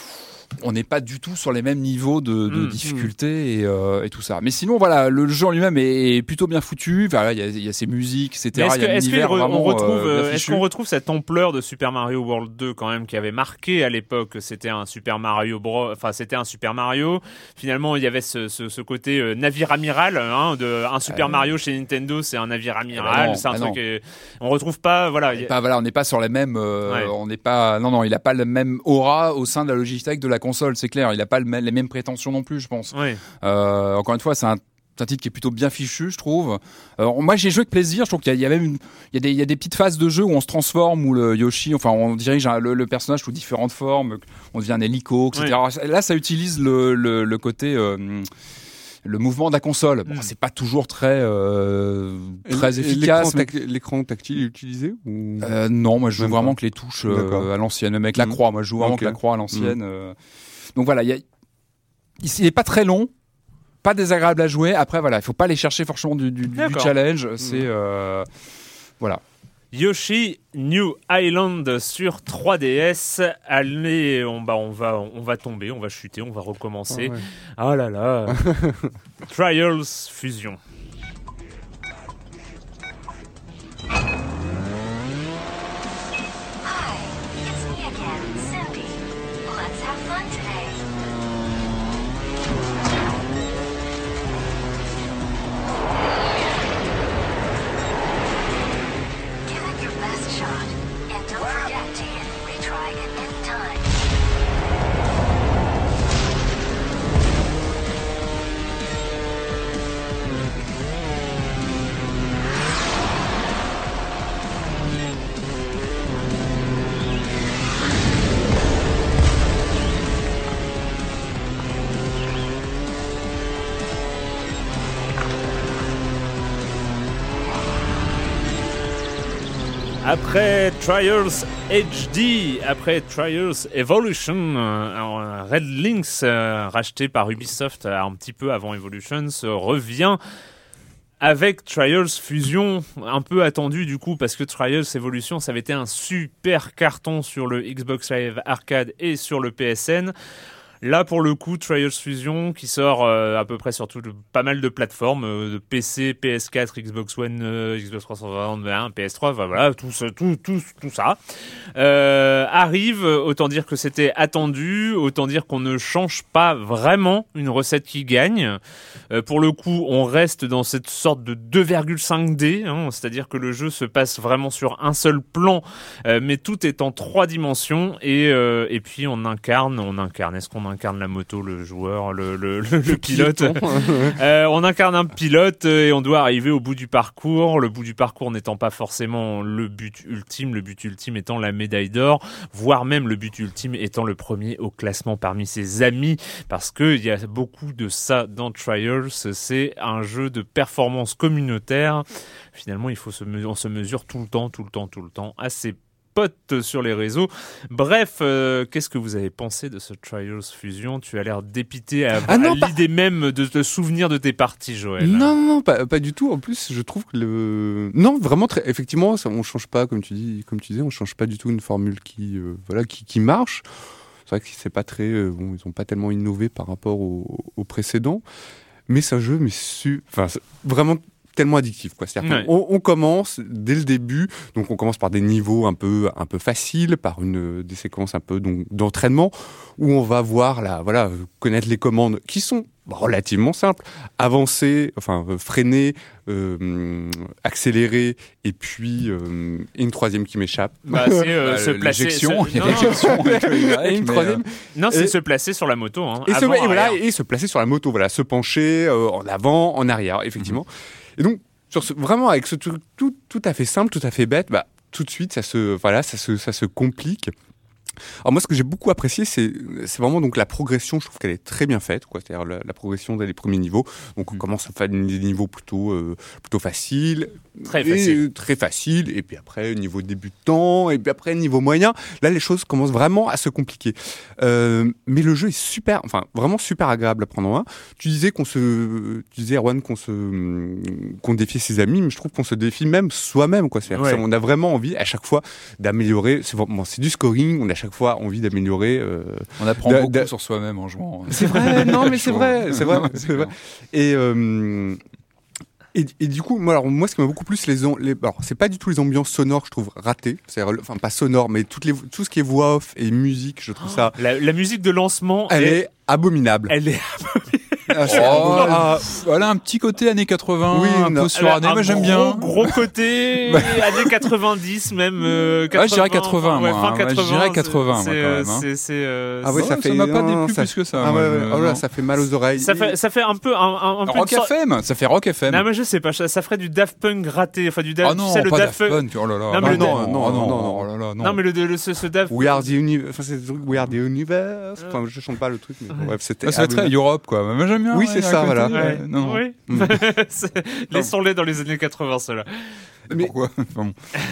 Speaker 3: On n'est pas du tout sur les mêmes niveaux de, de mmh, difficulté mmh. Et, euh, et tout ça. Mais sinon, voilà, le jeu en lui-même est plutôt bien foutu. Enfin, il y a, il y a ses musiques, et cetera.
Speaker 1: Est-ce, que,
Speaker 3: il y a
Speaker 1: est-ce,
Speaker 3: l'univers
Speaker 1: re,
Speaker 3: vraiment,
Speaker 1: on retrouve,
Speaker 3: euh,
Speaker 1: est-ce qu'on retrouve cette ampleur de Super Mario World deux quand même qui avait marqué à l'époque? C'était un Super Mario Bros. Enfin, c'était un Super Mario. Finalement, il y avait ce, ce, ce côté euh, navire amiral. Hein, de, un Super euh... Mario chez Nintendo, c'est un navire amiral. Ah bah non, c'est un ah truc. Euh, on retrouve pas. Voilà.
Speaker 3: On n'est pas, voilà, on n'est pas sur la même. Euh, ouais. On n'est pas. Non, non, il a pas la même aura au sein de la logistique de la console. C'est clair. Il a pas le même, les mêmes prétentions non plus, je pense.
Speaker 1: Oui.
Speaker 3: Euh, encore une fois, c'est un, un titre qui est plutôt bien fichu, je trouve. Euh, moi, j'ai joué avec plaisir. Je trouve qu'il y a, il y a même une, il y a des, il y a des petites phases de jeu où on se transforme, où le Yoshi, enfin, on dirige un, le, le personnage sous différentes formes, on devient un hélico, et cetera. Oui. Là, ça utilise le, le, le côté. Euh, le mouvement de la console, bon, mmh. c'est pas toujours très euh, très et efficace.
Speaker 4: L'écran, tac- l'écran tactile est utilisé ou...
Speaker 3: euh, Non, moi je joue Même vraiment pas. que les touches euh, à l'ancienne, même avec mmh. la croix. Moi je joue vraiment okay. que la croix à l'ancienne. Mmh. Euh... Donc voilà, il y a... il est pas très long, pas désagréable à jouer. Après voilà, il faut pas aller chercher forcément du, du, du challenge. Mmh. C'est euh... voilà.
Speaker 1: Yoshi New Island sur trois D S. Allez, on, bah, on, va, on va tomber, on va chuter, on va recommencer. Oh, ouais. Ah là là. Trials Fusion. Après Trials H D, après Trials Evolution, euh, Red Lynx, euh, racheté par Ubisoft euh, un petit peu avant Evolutions, euh, revient avec Trials Fusion, un peu attendu du coup, parce que Trials Evolution, ça avait été un super carton sur le Xbox Live Arcade et sur le P S N. Là, pour le coup, Trials Fusion qui sort euh, à peu près sur tout, pas mal de plateformes, euh, de P C, P S quatre, Xbox One, euh, Xbox trois cent vingt-et-un, P S trois, enfin, voilà, tout, tout, tout, tout ça euh, arrive. Autant dire que c'était attendu, autant dire qu'on ne change pas vraiment une recette qui gagne. Euh, pour le coup, on reste dans cette sorte de deux virgule cinq D, hein, c'est-à-dire que le jeu se passe vraiment sur un seul plan, euh, mais tout est en trois dimensions et euh, et puis on incarne, on incarne. Est-ce qu'on incarne la moto, le joueur, le, le, le, le pilote. euh, on incarne un pilote et on doit arriver au bout du parcours. Le bout du parcours n'étant pas forcément le but ultime, le but ultime étant la médaille d'or, voire même le but ultime étant le premier au classement parmi ses amis, parce qu'il y a beaucoup de ça dans Trials. C'est un jeu de performance communautaire. Finalement, il faut se mesurer, on se mesure tout le temps, tout le temps, tout le temps à ses potes sur les réseaux. Bref, euh, qu'est-ce que vous avez pensé de ce Trials Fusion ? Tu as l'air dépité à,
Speaker 4: ah non,
Speaker 1: à
Speaker 4: pas...
Speaker 1: l'idée même de te souvenir de tes parties, Joël.
Speaker 4: Non, non, non, pas, pas du tout. En plus, je trouve que le... Non, vraiment, très... effectivement, ça, on change pas, comme tu dis, comme tu disais, on change pas du tout une formule qui, euh, voilà, qui, qui marche. C'est vrai que c'est pas très... Euh, bon, ils ont pas tellement innové par rapport au, au précédent. Mais c'est un jeu, mais su... enfin, c'est vraiment... tellement addictif, quoi. C'est-à-dire
Speaker 1: ouais.
Speaker 4: qu'on on commence dès le début, donc on commence par des niveaux un peu un peu faciles, par une des séquences un peu donc d'entraînement où on va voir la voilà connaître les commandes qui sont relativement simples, avancer, enfin euh, freiner, euh, accélérer et puis euh, et une troisième qui m'échappe.
Speaker 1: Bah, c'est euh, se placer.
Speaker 3: L'éjection,
Speaker 1: Se...
Speaker 3: il y a l'éjection avec le Y,
Speaker 4: et une troisième.
Speaker 1: Non, c'est
Speaker 4: et...
Speaker 1: se placer sur la moto. Hein,
Speaker 4: et,
Speaker 1: avant,
Speaker 4: se, et voilà,
Speaker 1: arrière.
Speaker 4: et se placer sur la moto, voilà, se pencher euh, en avant, en arrière, effectivement. Mm-hmm. Et donc sur ce, vraiment avec ce truc tout, tout à fait simple, tout à fait bête, bah tout de suite ça se voilà ça se ça se complique. Alors moi, ce que j'ai beaucoup apprécié, c'est c'est vraiment donc la progression. Je trouve qu'elle est très bien faite, quoi. C'est-à-dire la, la progression dès les premiers niveaux. Donc on mmh. commence à faire des niveaux plutôt euh, plutôt faciles,
Speaker 1: très facile,
Speaker 4: très facile. Et puis après niveau débutant, et puis après niveau moyen. Là, les choses commencent vraiment à se compliquer. Euh, mais le jeu est super, enfin vraiment super agréable à prendre en main. Tu disais qu'on se, tu disais Erwan qu'on se, qu'on défiait ses amis, mais je trouve qu'on se défie même soi-même, quoi. C'est-à-dire ouais. On a vraiment envie à chaque fois d'améliorer. C'est bon, c'est du scoring. On a à chaque fois envie d'améliorer. Euh,
Speaker 3: on apprend beaucoup d- sur soi-même en jouant.
Speaker 4: C'est vrai, non mais c'est vrai, c'est vrai, c'est vrai. Et, euh, et et du coup, moi, alors moi, ce qui m'a beaucoup plus les, les alors c'est pas du tout les ambiances sonores que je trouve ratées, c'est enfin pas sonores, mais toutes les tout ce qui est voix off et musique, je trouve ça.
Speaker 1: La, la musique de lancement,
Speaker 4: elle est,
Speaker 1: est
Speaker 4: abominable.
Speaker 1: Elle est abominable.
Speaker 3: Ah, oh, ah, elle a un petit côté années quatre-vingts, oui, un non. peu suranné, moi j'aime bien.
Speaker 1: Gros côté années quatre-vingt-dix même. Euh,
Speaker 3: quatre-vingts, ah, je dirais quatre-vingts,
Speaker 1: ouais,
Speaker 3: moi.
Speaker 1: quatre-vingts,
Speaker 3: je dirais quatre-vingts,
Speaker 1: c'est,
Speaker 3: moi, quand même. Hein.
Speaker 1: C'est, c'est, euh,
Speaker 4: ah ouais, ça,
Speaker 3: ça,
Speaker 4: fait,
Speaker 3: ça m'a pas
Speaker 4: non,
Speaker 3: déplu
Speaker 4: ça,
Speaker 3: plus que ça.
Speaker 4: Ah
Speaker 3: moi,
Speaker 4: ouais,
Speaker 3: je,
Speaker 4: oh là, ça fait mal aux oreilles.
Speaker 1: Ça fait, ça fait un peu, un, un, un peu
Speaker 3: Rock F M, ça fait Rock F M.
Speaker 1: Non mais je sais pas, ça ferait du Daft Punk raté, enfin du Daft.
Speaker 3: Ah non,
Speaker 1: tu sais, le
Speaker 3: pas
Speaker 1: Daft
Speaker 3: Punk. Oh là là.
Speaker 1: Non mais
Speaker 4: non,
Speaker 1: non,
Speaker 4: non, non,
Speaker 3: non,
Speaker 1: non. mais le, le ce, ce Daft.
Speaker 4: We are the universe. Enfin c'est le truc We are the universe. Enfin je chante pas le truc, mais bref c'était.
Speaker 3: Ça très Europe quoi. Moi j'aime bien.
Speaker 4: Oui c'est ça, voilà.
Speaker 3: Non.
Speaker 1: Oui. Laissons-les dans les années quatre-vingts, ceux-là.
Speaker 3: Mais pourquoi bon.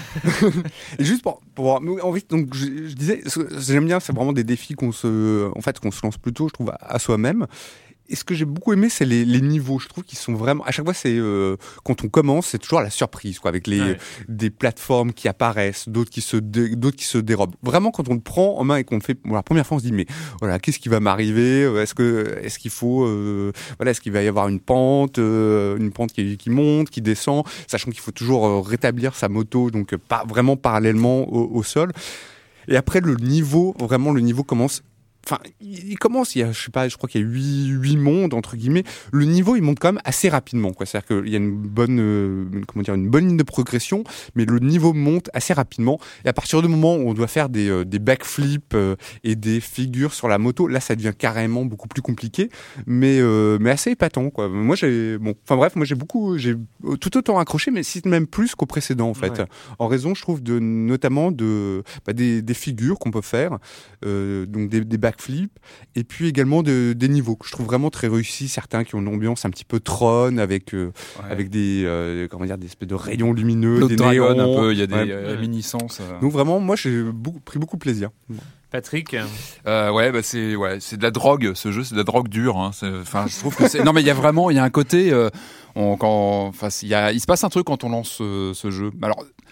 Speaker 4: Et juste pour, pour en fait, donc je, je disais, ce que j'aime bien, c'est vraiment des défis qu'on se, en fait, qu'on se lance plutôt, je trouve, à, à soi-même. Et ce que j'ai beaucoup aimé, c'est les, les niveaux. Je trouve qu'ils sont vraiment. À chaque fois, c'est euh, quand on commence, c'est toujours la surprise, quoi, avec les ouais. des plateformes qui apparaissent, d'autres qui se dé, d'autres qui se dérobent. Vraiment, quand on le prend en main et qu'on le fait pour la première fois, on se dit mais voilà, qu'est-ce qui va m'arriver ? Est-ce que est-ce qu'il faut euh, voilà, est-ce qu'il va y avoir une pente, euh, une pente qui, qui monte, qui descend, sachant qu'il faut toujours euh, rétablir sa moto, donc euh, pas vraiment parallèlement au, au sol. Et après, le niveau, vraiment, le niveau commence. Enfin, il commence, il y a, je sais pas, je crois qu'il y a huit, huit mondes, entre guillemets. Le niveau, il monte quand même assez rapidement, quoi. C'est-à-dire qu'il y a une bonne, euh, comment dire, une bonne ligne de progression, mais le niveau monte assez rapidement. Et à partir du moment où on doit faire des, euh, des backflips euh, et des figures sur la moto, là, ça devient carrément beaucoup plus compliqué, mais, euh, mais assez épatant, quoi. Moi, j'ai, bon, enfin bref, moi, j'ai beaucoup, j'ai tout autant accroché, mais si même plus qu'au précédent, en fait. Ouais. En raison, je trouve, de, notamment de, bah, des, des figures qu'on peut faire, euh, donc des, des backflips, flip, et puis également de, des niveaux que je trouve vraiment très réussis, certains qui ont une ambiance un petit peu Tron avec euh, ouais. avec des euh, comment dire des espèces de rayons lumineux,
Speaker 3: Blood
Speaker 4: des
Speaker 3: Dragon
Speaker 4: néons,
Speaker 3: un peu, il y a des
Speaker 4: ouais.
Speaker 3: euh, réminiscences. Euh...
Speaker 4: Donc vraiment, moi j'ai beaucoup, pris beaucoup de plaisir.
Speaker 1: Patrick,
Speaker 3: euh, ouais, bah c'est ouais, c'est de la drogue. Ce jeu, c'est de la drogue dure. Hein. Enfin, je trouve que c'est. Non, mais il y a vraiment, il y a un côté. Euh, on, quand, enfin, il y a, il se passe un truc quand on lance ce, ce jeu. Alors.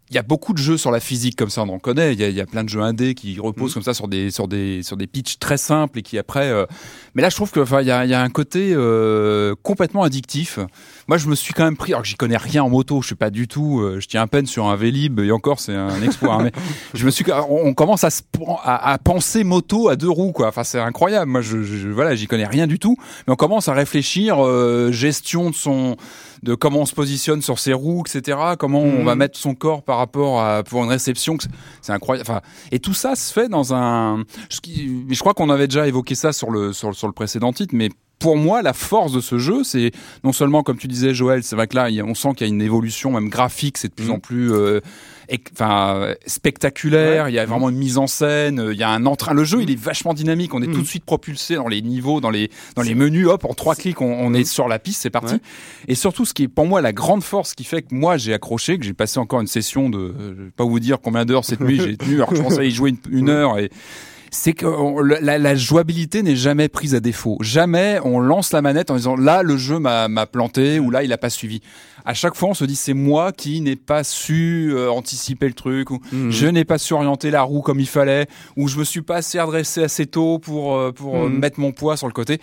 Speaker 3: il y a beaucoup de jeux sur la physique comme ça, on en connaît. Il y a, il y a plein de jeux indés qui reposent
Speaker 4: Mmh.
Speaker 3: comme ça sur des sur des sur des pitchs très simples et qui après. Euh... Mais là, je trouve que enfin il y a il y a un côté euh, complètement addictif. Moi, je me suis quand même pris. Alors que j'y connais rien en moto, je suis pas du tout. Euh, je tiens à peine sur un Vélib et encore c'est un exploit. Hein, mais je me suis. On, on commence à, se, à à penser moto à deux roues quoi. Enfin c'est incroyable. Moi, je, je voilà, j'y connais rien du tout. Mais on commence à réfléchir euh, gestion de son de comment on se positionne sur ses roues, et cetera. Comment mmh. on va mettre son corps par rapport à pour une réception. C'est incroyable. Enfin, et tout ça se fait dans un. Je, je crois qu'on avait déjà évoqué ça sur le sur, sur le précédent titre, mais pour moi, la force de ce jeu, c'est non seulement, comme tu disais, Joël, c'est vrai que là, on sent qu'il y a une évolution même graphique, c'est de plus mmh. en plus, euh, enfin, spectaculaire. Ouais. Il y a vraiment une mise en scène. Il y a un entrain. Le jeu, il est vachement dynamique. On est mmh. tout de suite propulsé dans les niveaux, dans les dans les menus. Hop, en trois clics, on, on est sur la piste, c'est parti. Ouais. Et surtout, ce qui est pour moi la grande force, qui fait que moi j'ai accroché, que j'ai passé encore une session de, je vais pas vous dire combien d'heures cette nuit j'ai tenu, alors que je pensais y jouer une, une heure et c'est que on, la, la jouabilité n'est jamais prise à défaut. Jamais on lance la manette en disant là le jeu m'a, m'a planté ou là il a pas suivi. À chaque fois on se dit c'est moi qui n'ai pas su euh, anticiper le truc ou mmh. je n'ai pas su orienter la roue comme il fallait ou je me suis pas assez redressé assez tôt pour euh, pour mmh. mettre mon poids sur le côté.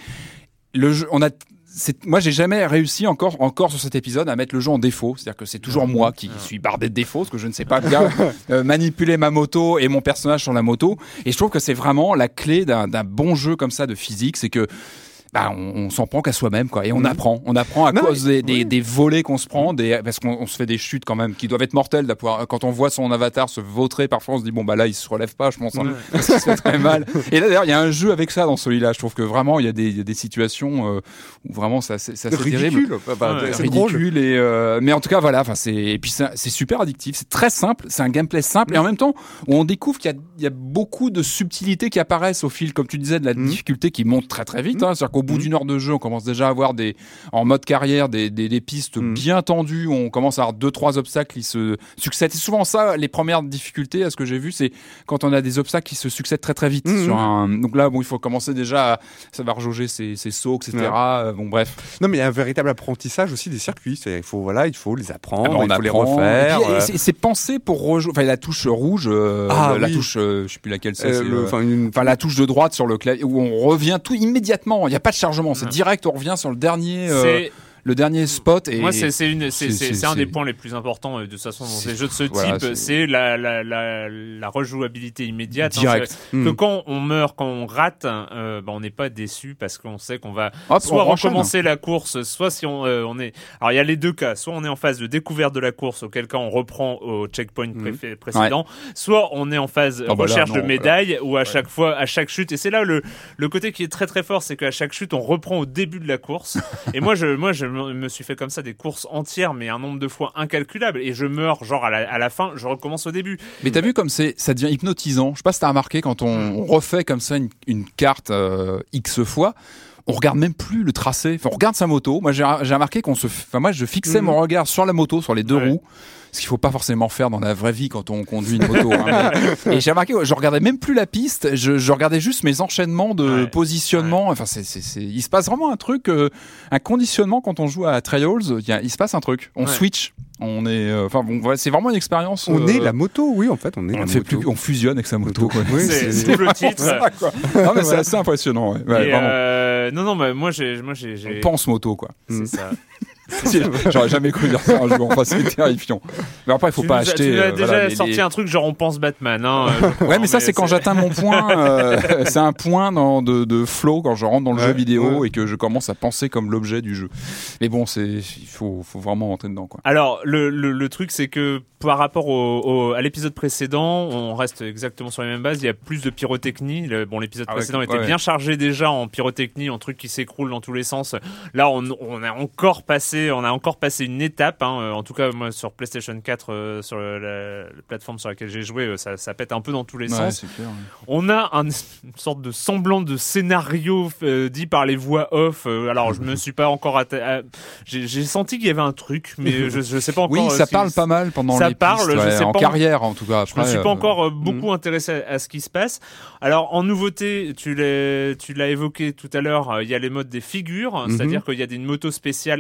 Speaker 3: Le jeu, on a C'est, moi, j'ai jamais réussi encore, encore sur cet épisode à mettre le jeu en défaut. C'est-à-dire que c'est toujours moi qui suis bardé de défauts, parce que je ne sais pas bien euh, manipuler ma moto et mon personnage sur la moto. Et je trouve que c'est vraiment la clé d'un, d'un bon jeu comme ça de physique, c'est que bah, on, on s'en prend qu'à soi-même, quoi. Et on mmh. apprend. On apprend à non, cause des, des, oui. des volets qu'on se prend, des, parce qu'on on se fait des chutes quand même qui doivent être mortelles. Pouvoir, quand on voit son avatar se vautrer, parfois on se dit bon bah là il se relève pas, je pense, hein, ouais. parce qu'il se fait très mal. Et là d'ailleurs il y a un jeu avec ça dans celui-là. Je trouve que vraiment il y a des, il y a des situations euh, où vraiment ça c'est, c'est assez
Speaker 4: ridicule.
Speaker 3: terrible,
Speaker 4: bah,
Speaker 3: ouais,
Speaker 4: c'est
Speaker 3: ridicule.
Speaker 4: Drôle.
Speaker 3: Et euh, mais en tout cas voilà. Enfin c'est et puis c'est, c'est super addictif. C'est très simple. C'est un gameplay simple mmh. et en même temps où on découvre qu'il y a, il y a beaucoup de subtilités qui apparaissent au fil, comme tu disais, de la mmh. difficulté qui monte très très vite. Mmh. Hein, c'est-à-dire qu'au bout mmh. d'une heure de jeu on commence déjà à avoir des, en mode carrière des, des, des pistes mmh. bien tendues, on commence à avoir deux, trois obstacles qui se succèdent. C'est souvent ça, les premières difficultés, à ce que j'ai vu, c'est quand on a des obstacles qui se succèdent très très vite. Mmh. Sur un... Donc là, bon, il faut commencer déjà à savoir jauger ses, ses sauts, et cetera. Ouais. Bon, bref.
Speaker 4: Non, mais il y a un véritable apprentissage aussi des circuits. C'est, il faut, voilà, il faut les apprendre, ah ben, il faut
Speaker 3: apprend.
Speaker 4: les refaire.
Speaker 3: Et puis, euh... c'est, c'est pensé pour rejouer, enfin, la touche rouge, euh, ah, la oui. touche, euh, je sais plus laquelle c'est, euh, c'est le, euh... une... enfin, la touche de droite sur le clavier, où on revient tout immédiatement. Il n'y a pas de chargement, c'est ouais. direct, on revient sur le dernier Euh,
Speaker 1: c'est...
Speaker 3: le dernier spot. Et
Speaker 1: moi c'est c'est une c'est c'est, c'est, c'est un des points les plus importants de toute façon dans des jeux de ce voilà, type, c'est, c'est la la la la rejouabilité immédiate.
Speaker 3: Direct.
Speaker 1: Hein, mmh. Que quand on meurt, quand on rate, euh, bah on n'est pas déçu parce qu'on sait qu'on va Hop, soit recommencer la course, soit si on euh, on est. Alors il y a les deux cas, soit on est en phase de découverte de la course, auquel cas on reprend au checkpoint mmh. pré- précédent, ouais. soit on est en phase oh, recherche bah là, non, de médailles ou à ouais. chaque fois à chaque chute. Et c'est là le le côté qui est très très fort, c'est qu'à chaque chute on reprend au début de la course. Et moi je moi je me suis fait comme ça des courses entières, mais un nombre de fois incalculable, et je meurs genre à la, à la fin, je recommence au début.
Speaker 3: Mais t'as vu comme c'est, ça devient hypnotisant. Je sais pas si t'as remarqué quand on, on refait comme ça une, une carte euh, X fois. On regarde même plus le tracé. Enfin, on regarde sa moto. Moi, j'ai, j'ai remarqué qu'on se, enfin, moi, je fixais mmh. mon regard sur la moto, sur les deux ouais. roues. Ce qu'il faut pas forcément faire dans la vraie vie quand on conduit une moto. Hein, mais... Et j'ai remarqué, je regardais même plus la piste. Je, je regardais juste mes enchaînements de ouais. positionnement. Ouais. Enfin, c'est, c'est, c'est, il se passe vraiment un truc, euh, un conditionnement quand on joue à Trials. Il, y a, il se passe un truc. On ouais. switch. On est, enfin euh, bon, c'est vraiment une expérience.
Speaker 4: On
Speaker 3: euh,
Speaker 4: est la moto, oui, en fait, on est.
Speaker 3: On
Speaker 4: la
Speaker 3: fait
Speaker 4: moto.
Speaker 3: plus, on fusionne avec sa moto. Quoi.
Speaker 1: Oui, c'est, c'est, c'est le titre.
Speaker 3: Ça, quoi. Non mais c'est assez impressionnant. Ouais. Ouais,
Speaker 1: Et euh, non, non, mais moi j'ai, moi j'ai. j'ai...
Speaker 3: On pense moto, quoi.
Speaker 1: C'est mm. ça.
Speaker 3: J'aurais jamais cru dire ça un jour. Enfin, c'est terrifiant. Mais après, il faut
Speaker 1: tu
Speaker 3: pas
Speaker 1: nous,
Speaker 3: acheter.
Speaker 1: Tu as
Speaker 3: euh,
Speaker 1: déjà
Speaker 3: voilà,
Speaker 1: sorti
Speaker 3: les...
Speaker 1: un truc genre on pense Batman. Hein, euh,
Speaker 3: ouais, mais ça, mais c'est, c'est quand j'atteins mon point. Euh, c'est un point dans, de, de flow quand je rentre dans le ouais, jeu vidéo ouais. et que je commence à penser comme l'objet du jeu. Mais bon, c'est, il faut, faut vraiment rentrer dedans, quoi.
Speaker 1: Alors, le, le, le truc, c'est que par rapport au, au, à l'épisode précédent, on reste exactement sur les mêmes bases. Il y a plus de pyrotechnie. Le, bon, l'épisode ah, précédent ouais, était ouais. bien chargé déjà en pyrotechnie, en trucs qui s'écroulent dans tous les sens. Là, on, on a encore passé, on a encore passé une étape. Hein. En tout cas, moi, sur PlayStation quatre, euh, sur la, la, la plateforme sur laquelle j'ai joué, ça, ça pète un peu dans tous les
Speaker 3: ouais,
Speaker 1: sens.
Speaker 3: C'est clair, ouais.
Speaker 1: On a un, une sorte de semblant de scénario euh, dit par les voix off. Euh, alors, je me suis pas encore atta- à... j'ai, j'ai senti qu'il y avait un truc, mais je, je sais pas encore.
Speaker 3: Oui, ça
Speaker 1: euh, si
Speaker 3: parle pas mal pendant
Speaker 1: ça
Speaker 3: les
Speaker 1: parle,
Speaker 3: pistes, ouais,
Speaker 1: je sais
Speaker 3: en
Speaker 1: pas
Speaker 3: carrière en tout cas. Après,
Speaker 1: je me suis pas
Speaker 3: euh,
Speaker 1: encore euh, beaucoup
Speaker 3: mm.
Speaker 1: intéressé à, à ce qui se passe. Alors, en nouveauté, tu l'as, tu l'as évoqué tout à l'heure, il y a les modes des figures, mm-hmm. c'est-à-dire qu'il y a des motos spéciales avec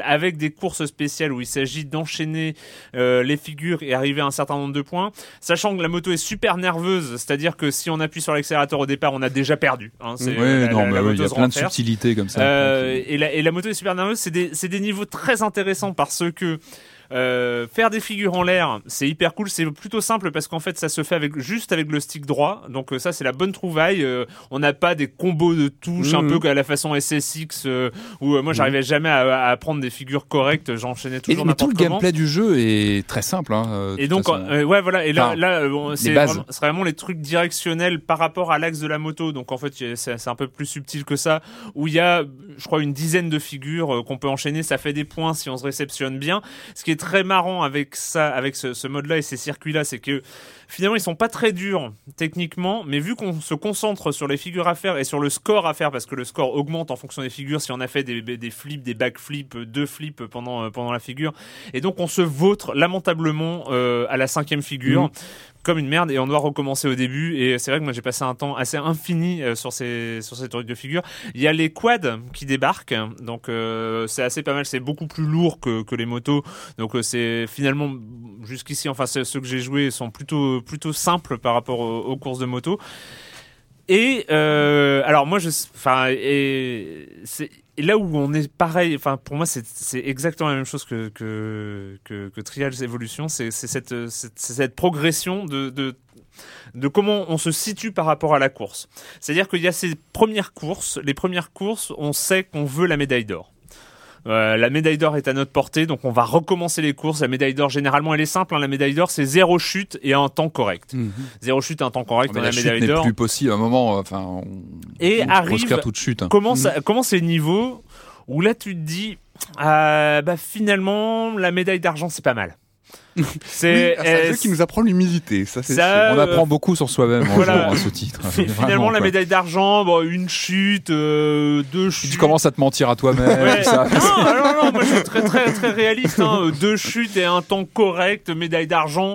Speaker 1: des courses spéciales où il s'agit d'enchaîner euh, les figures et arriver à un certain nombre de points, sachant que la moto est super nerveuse, c'est-à-dire que si on appuie sur l'accélérateur au départ, on a déjà perdu. Hein, c'est,
Speaker 6: ouais,
Speaker 1: la,
Speaker 6: non,
Speaker 1: la,
Speaker 6: mais
Speaker 1: la
Speaker 6: oui, il y a
Speaker 1: moto
Speaker 6: plein de
Speaker 1: se renferme.
Speaker 6: subtilités comme ça.
Speaker 1: Euh, et, la, et la moto est super nerveuse. C'est des, c'est des niveaux très intéressants parce que Euh, faire des figures en l'air, c'est hyper cool, c'est plutôt simple parce qu'en fait ça se fait avec juste avec le stick droit, donc euh, ça c'est la bonne trouvaille. Euh, on n'a pas des combos de touches mmh. un peu à la façon S S X euh, où euh, moi j'arrivais mmh. jamais à, à prendre des figures correctes, j'enchaînais toujours
Speaker 6: et, mais tout le
Speaker 1: comment.
Speaker 6: gameplay du jeu est très simple. Hein, euh,
Speaker 1: et donc euh, ouais voilà et là enfin, là euh, c'est, vraiment, c'est vraiment les trucs directionnels par rapport à l'axe de la moto, donc en fait c'est, c'est un peu plus subtil que ça, où il y a je crois une dizaine de figures euh, qu'on peut enchaîner, ça fait des points si on se réceptionne bien. Ce qui est très marrant avec ça, avec ce, ce mode-là et ces circuits-là, c'est que finalement ils sont pas très durs techniquement, mais vu qu'on se concentre sur les figures à faire et sur le score à faire, parce que le score augmente en fonction des figures, si on a fait des, des flips, des backflips, deux flips pendant pendant la figure, et donc on se vautre lamentablement euh, à la cinquième figure. Mmh. Comme une merde et on doit recommencer au début, et c'est vrai que moi j'ai passé un temps assez infini euh, sur ces sur ces trucs de figures. Il y a les quads qui débarquent, donc euh, c'est assez pas mal, c'est beaucoup plus lourd que que les motos, donc euh, c'est finalement jusqu'ici, enfin ceux que j'ai joués sont plutôt plutôt simples par rapport aux, aux courses de moto. Et euh, alors moi je enfin et c'est et là où on est pareil, enfin pour moi c'est c'est exactement la même chose que que que, que Trials Evolution, c'est c'est cette c'est, c'est cette progression de de de comment on se situe par rapport à la course. C'est-à-dire qu'il y a ces premières courses, les premières courses, on sait qu'on veut la médaille d'or. Euh, la médaille d'or est à notre portée, donc on va recommencer les courses. La médaille d'or, généralement, elle est simple. Hein, la médaille d'or, c'est zéro chute et un temps correct. Mmh. Zéro chute et un temps correct.
Speaker 6: Mais
Speaker 1: dans
Speaker 6: la,
Speaker 1: la
Speaker 6: chute
Speaker 1: médaille
Speaker 6: n'est
Speaker 1: d'or.
Speaker 6: plus possible à un moment. Enfin, on,
Speaker 1: et
Speaker 6: on
Speaker 1: arrive.
Speaker 6: Toute chute, hein.
Speaker 1: Comment
Speaker 6: mmh.
Speaker 1: ça, comment c'est les niveaux où là tu te dis, euh, bah finalement, la médaille d'argent, c'est pas mal.
Speaker 4: C'est, oui, c'est un jeu qui nous apprend l'humilité, ça c'est
Speaker 1: ça,
Speaker 6: sûr. On apprend beaucoup sur soi-même en
Speaker 1: voilà.
Speaker 6: jouant à ce titre.
Speaker 1: Finalement,
Speaker 6: Vraiment,
Speaker 1: la
Speaker 6: quoi.
Speaker 1: médaille d'argent, bon, une chute, euh, deux chutes.
Speaker 6: Tu commences à te mentir à toi-même.
Speaker 1: Ouais.
Speaker 6: Tout ça.
Speaker 1: Non, non, non, moi je suis très très très réaliste. Hein. Deux chutes et un temps correct, médaille d'argent.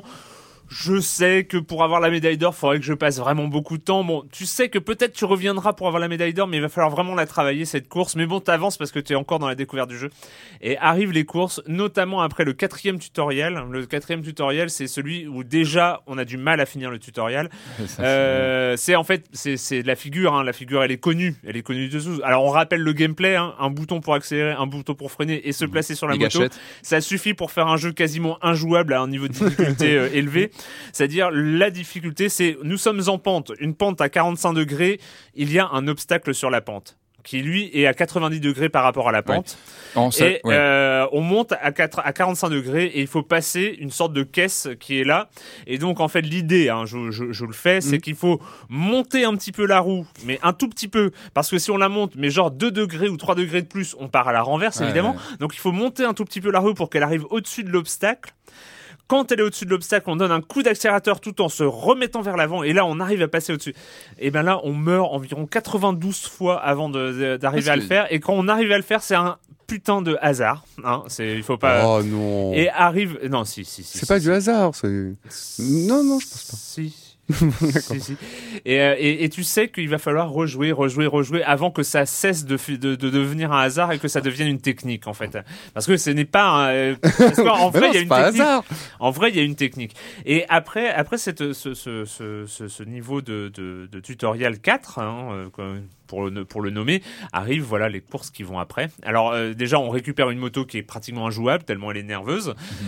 Speaker 1: Je sais que pour avoir la médaille d'or, il faudrait que je passe vraiment beaucoup de temps. Bon, tu sais que peut-être tu reviendras pour avoir la médaille d'or, mais il va falloir vraiment la travailler, cette course. Mais bon, t'avances parce que tu es encore dans la découverte du jeu. Et arrivent les courses, notamment après le quatrième tutoriel. Le quatrième tutoriel, c'est celui où déjà on a du mal à finir le tutoriel. Ça, euh, c'est... c'est en fait, c'est, c'est la figure. Hein. La figure, elle est connue. Elle est connue de tous. Alors on rappelle le gameplay, hein. Un bouton pour accélérer, un bouton pour freiner et se placer sur la
Speaker 6: Les
Speaker 1: moto.
Speaker 6: gâchettes.
Speaker 1: Ça suffit pour faire un jeu quasiment injouable à un niveau de difficulté euh, élevé. C'est-à-dire, la difficulté, c'est, nous sommes en pente, une pente à quarante-cinq degrés, il y a un obstacle sur la pente, qui lui est à quatre-vingt-dix degrés par rapport à la pente. Ouais. On sait, et ouais. euh, on monte à, quatre, à quarante-cinq degrés et il faut passer une sorte de caisse qui est là. Et donc, en fait, l'idée, hein, je, je, je le fais, c'est mmh. qu'il faut monter un petit peu la roue, mais un tout petit peu, parce que si on la monte, mais genre deux degrés ou trois degrés de plus, on part à la renverse, ouais, évidemment. Ouais. Donc, il faut monter un tout petit peu la roue pour qu'elle arrive au-dessus de l'obstacle. Quand elle est au-dessus de l'obstacle, on donne un coup d'accélérateur tout en se remettant vers l'avant. Et là, on arrive à passer au-dessus. Et ben là, on meurt environ quatre-vingt-douze fois avant de, de, d'arriver Parce à le faire. Et quand on arrive à le faire, c'est un putain de hasard. Hein. C'est, il faut pas.
Speaker 4: Oh non.
Speaker 1: Et arrive. Non, si, si, si.
Speaker 4: C'est
Speaker 1: si,
Speaker 4: pas
Speaker 1: si,
Speaker 4: du
Speaker 1: si.
Speaker 4: hasard. C'est. Non, non, je pense pas.
Speaker 1: Si. si, si. Et, euh, et, et tu sais qu'il va falloir rejouer, rejouer, rejouer avant que ça cesse de, de, de devenir un hasard et que ça devienne une technique en fait. Parce que ce n'est pas un, parce qu'en vrai il y a une technique. Hasard. En vrai il y a une technique. Et après après cette, ce, ce, ce, ce, ce niveau de, de, de tutoriel quatre, hein, pour le, pour le nommer, arrivent voilà les courses qui vont après. Alors euh, déjà on récupère une moto qui est pratiquement injouable tellement elle est nerveuse. Mmh.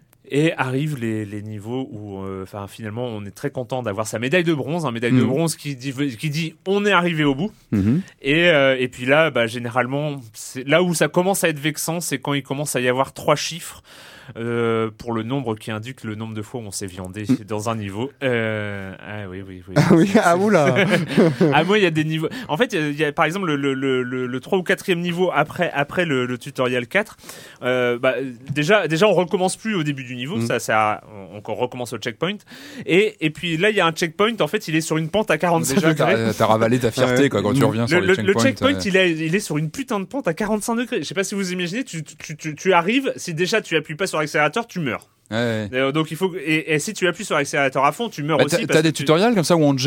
Speaker 1: Et arrivent les, les niveaux où, enfin, euh, finalement, on est très content d'avoir sa médaille de bronze, un hein, médaille mmh. de bronze qui dit, qui dit, on est arrivé au bout. Mmh. Et, euh, et puis là, bah, généralement, c'est là où ça commence à être vexant, c'est quand il commence à y avoir trois chiffres. Euh, pour le nombre qui indique le nombre de fois où on s'est viandé mmh. dans un niveau. Euh, ah oui, oui, oui.
Speaker 4: Ah oui, ah oula.
Speaker 1: Ah moi, il y a des niveaux. En fait, il y, y a par exemple le, le, le, le, le trois ou quatrième niveau après, après le, le tutoriel quatre. Euh, bah, déjà, déjà, on recommence plus au début du niveau. Mmh. Ça, ça, on, on recommence au checkpoint. Et, et puis là, il y a un checkpoint. En fait, il est sur une pente à quarante-cinq
Speaker 6: déjà,
Speaker 1: degrés.
Speaker 6: T'as, t'as ravalé ta fierté ouais. quoi, quand tu reviens
Speaker 1: le,
Speaker 6: sur
Speaker 1: le,
Speaker 6: les checkpoints.
Speaker 1: Le checkpoint,
Speaker 6: euh...
Speaker 1: il, est, il est sur une putain de pente à quarante-cinq degrés. Je sais pas si vous imaginez, tu, tu, tu, tu arrives, si déjà tu appuies pas sur l'accélérateur, tu meurs.
Speaker 6: Ouais, ouais.
Speaker 1: Donc il faut et, et si tu appuies sur l'accélérateur à fond, tu meurs
Speaker 6: bah,
Speaker 1: aussi.
Speaker 6: T'as,
Speaker 1: parce
Speaker 6: t'as des
Speaker 1: tu...
Speaker 6: tutoriels comme ça où on te jette.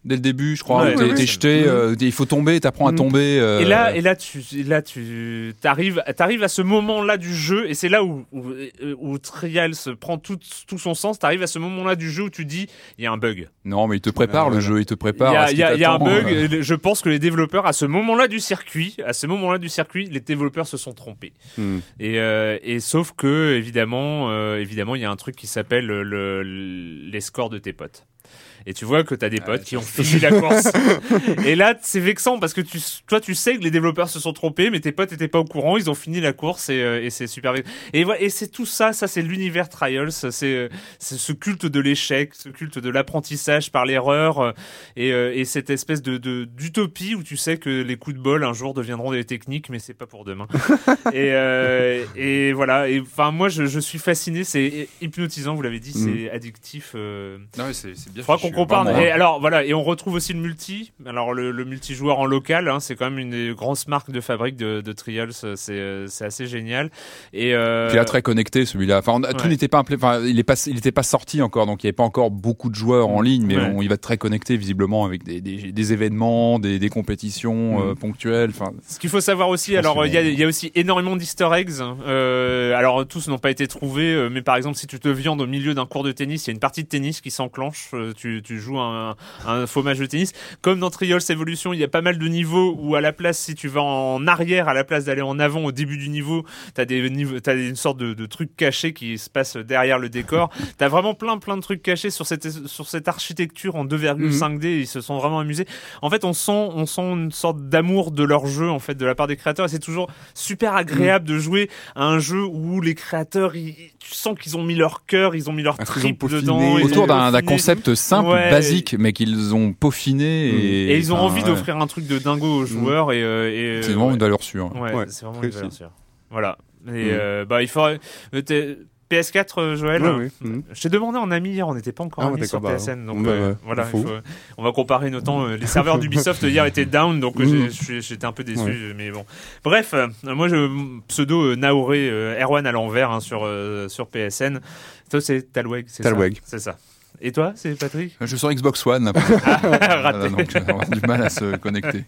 Speaker 6: dès le début, je crois.
Speaker 1: Ouais,
Speaker 6: où t'es,
Speaker 1: oui,
Speaker 6: t'es
Speaker 1: oui.
Speaker 6: jeté, euh, il faut tomber, t'apprends à
Speaker 1: Mm.
Speaker 6: tomber. euh,
Speaker 1: Et là, et là, tu, là, tu arrives, arrives à ce moment-là du jeu, et c'est là où, où, où Trials prend tout, tout son sens. Tu arrives à ce moment-là du jeu où tu dis, il y a un bug.
Speaker 6: Non, mais il te prépare
Speaker 4: Ouais,
Speaker 6: le
Speaker 4: ouais.
Speaker 6: jeu, il te
Speaker 1: Il
Speaker 6: prépare.
Speaker 1: y
Speaker 6: à
Speaker 1: a,
Speaker 6: ce
Speaker 1: il
Speaker 6: qui
Speaker 1: y a- il y a un
Speaker 6: t'attend,
Speaker 1: bug.
Speaker 6: euh.
Speaker 1: et Je pense que les développeurs, à ce moment-là du circuit, à ce moment-là du circuit, les développeurs se sont trompés.
Speaker 4: Hmm.
Speaker 1: Et, euh, et sauf que évidemment, euh, évidemment, il y a un truc qui s'appelle le, le- les scores de tes potes. Et tu vois que t'as des
Speaker 6: Ah,
Speaker 1: potes qui ont fini la course. Et là, c'est vexant parce que tu, toi, tu sais que les développeurs se sont trompés, mais tes potes étaient pas au courant. Ils ont fini la course et, euh, et c'est super vexant. Et voilà, et c'est tout ça. Ça, c'est l'univers Trials. C'est, euh, c'est ce culte de l'échec, ce culte de l'apprentissage par l'erreur euh, et, euh, et cette espèce de, de d'utopie où tu sais que les coups de bol un jour deviendront des techniques, mais c'est pas pour demain. et, euh, et voilà. Et enfin, moi, je, je suis fasciné. C'est hypnotisant. Vous l'avez dit,
Speaker 4: Mm.
Speaker 1: c'est addictif. Euh...
Speaker 6: Non, mais c'est, c'est bien
Speaker 1: Faudra
Speaker 6: fichu,
Speaker 1: qu'on compare.
Speaker 6: vraiment.
Speaker 1: Et alors voilà, et on retrouve aussi le multi. Alors le, le multijoueur en local, hein, c'est quand même une des grosses marques de fabrique de, de Trials. C'est, c'est assez génial. Et euh...
Speaker 6: Puis là, très connecté celui-là. Enfin, on a- tout
Speaker 1: Ouais.
Speaker 6: n'était pas, implé- enfin, il est pas, il était pas sorti encore, donc il n'y avait pas encore beaucoup de joueurs en ligne, mais
Speaker 1: Ouais.
Speaker 6: on, il va être très connecté visiblement avec des, des, des événements, des, des compétitions
Speaker 4: Mm.
Speaker 6: euh, ponctuelles. Enfin,
Speaker 1: Ce qu'il faut savoir aussi,
Speaker 6: Je pense
Speaker 1: alors
Speaker 6: que
Speaker 1: il y, a,
Speaker 6: bon.
Speaker 1: il y a aussi énormément d'Easter eggs. Euh, alors tous n'ont pas été trouvés, euh, mais par exemple si tu te viandes au milieu d'un cours de tennis, il y a une partie de tennis qui s'enclenche. Euh, tu, tu joues un, un faux match de tennis. Comme dans Trials Evolution, il y a pas mal de niveaux où à la place, si tu vas en arrière, à la place d'aller en avant au début du niveau, t'as des niveaux, t'as une sorte de, de truc caché qui se passe derrière le décor. T'as vraiment plein plein de trucs cachés sur cette sur cette architecture en deux virgule cinq D. Ils se sont vraiment amusés. En fait, on sent on sent une sorte d'amour de leur jeu en fait de la part des créateurs. Et c'est toujours super agréable de jouer à un jeu où les créateurs, ils, tu sens qu'ils ont mis leur cœur, ils ont mis leur
Speaker 4: Ah, qu'ils ont
Speaker 1: trip
Speaker 4: peaufiné.
Speaker 1: dedans. ils ont
Speaker 6: autour d'un, d'un
Speaker 1: peaufiné.
Speaker 6: concept simple,
Speaker 1: Ouais.
Speaker 6: basique, mais qu'ils ont peaufiné. Et,
Speaker 1: Et ils ont
Speaker 6: enfin,
Speaker 1: envie
Speaker 6: ouais.
Speaker 1: d'offrir un truc de dingo aux joueurs et, euh, et euh,
Speaker 6: C'est vraiment
Speaker 1: ouais.
Speaker 6: une valeur sûre.
Speaker 1: Ouais,
Speaker 4: Ouais,
Speaker 1: c'est vraiment
Speaker 4: très
Speaker 1: une valeur
Speaker 4: si.
Speaker 1: sûre. Voilà. Et
Speaker 4: Mm.
Speaker 1: euh, bah il faudrait euh, t'es- P S quatre, euh, Joël.
Speaker 4: Ouais, ouais. Hmm.
Speaker 1: Je t'ai demandé en ami hier, on n'était pas encore
Speaker 4: Ah,
Speaker 1: amis
Speaker 4: ouais,
Speaker 1: sur
Speaker 4: d'accord,
Speaker 1: P S N,
Speaker 4: bah,
Speaker 1: donc
Speaker 4: ouais,
Speaker 1: euh,
Speaker 4: ouais,
Speaker 1: voilà,
Speaker 4: faut.
Speaker 1: il faut- on va comparer nos temps. Euh, les serveurs d'Ubisoft hier étaient down, donc euh,
Speaker 4: Mm.
Speaker 1: j'ai- je suis- j'étais un peu déçu,
Speaker 4: Ouais.
Speaker 1: mais bon. Bref, euh, moi je pseudo euh, Naoré euh, Erwan à l'envers hein, sur euh, sur P S N. Toi c'est Talweg, c'est ça.
Speaker 4: Talweg.
Speaker 1: C'est ça. Et toi, c'est Patrick?
Speaker 6: Je suis sur Xbox One, là,
Speaker 1: Raté.
Speaker 6: donc euh, on a du mal à se connecter.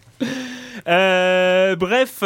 Speaker 1: Euh, bref,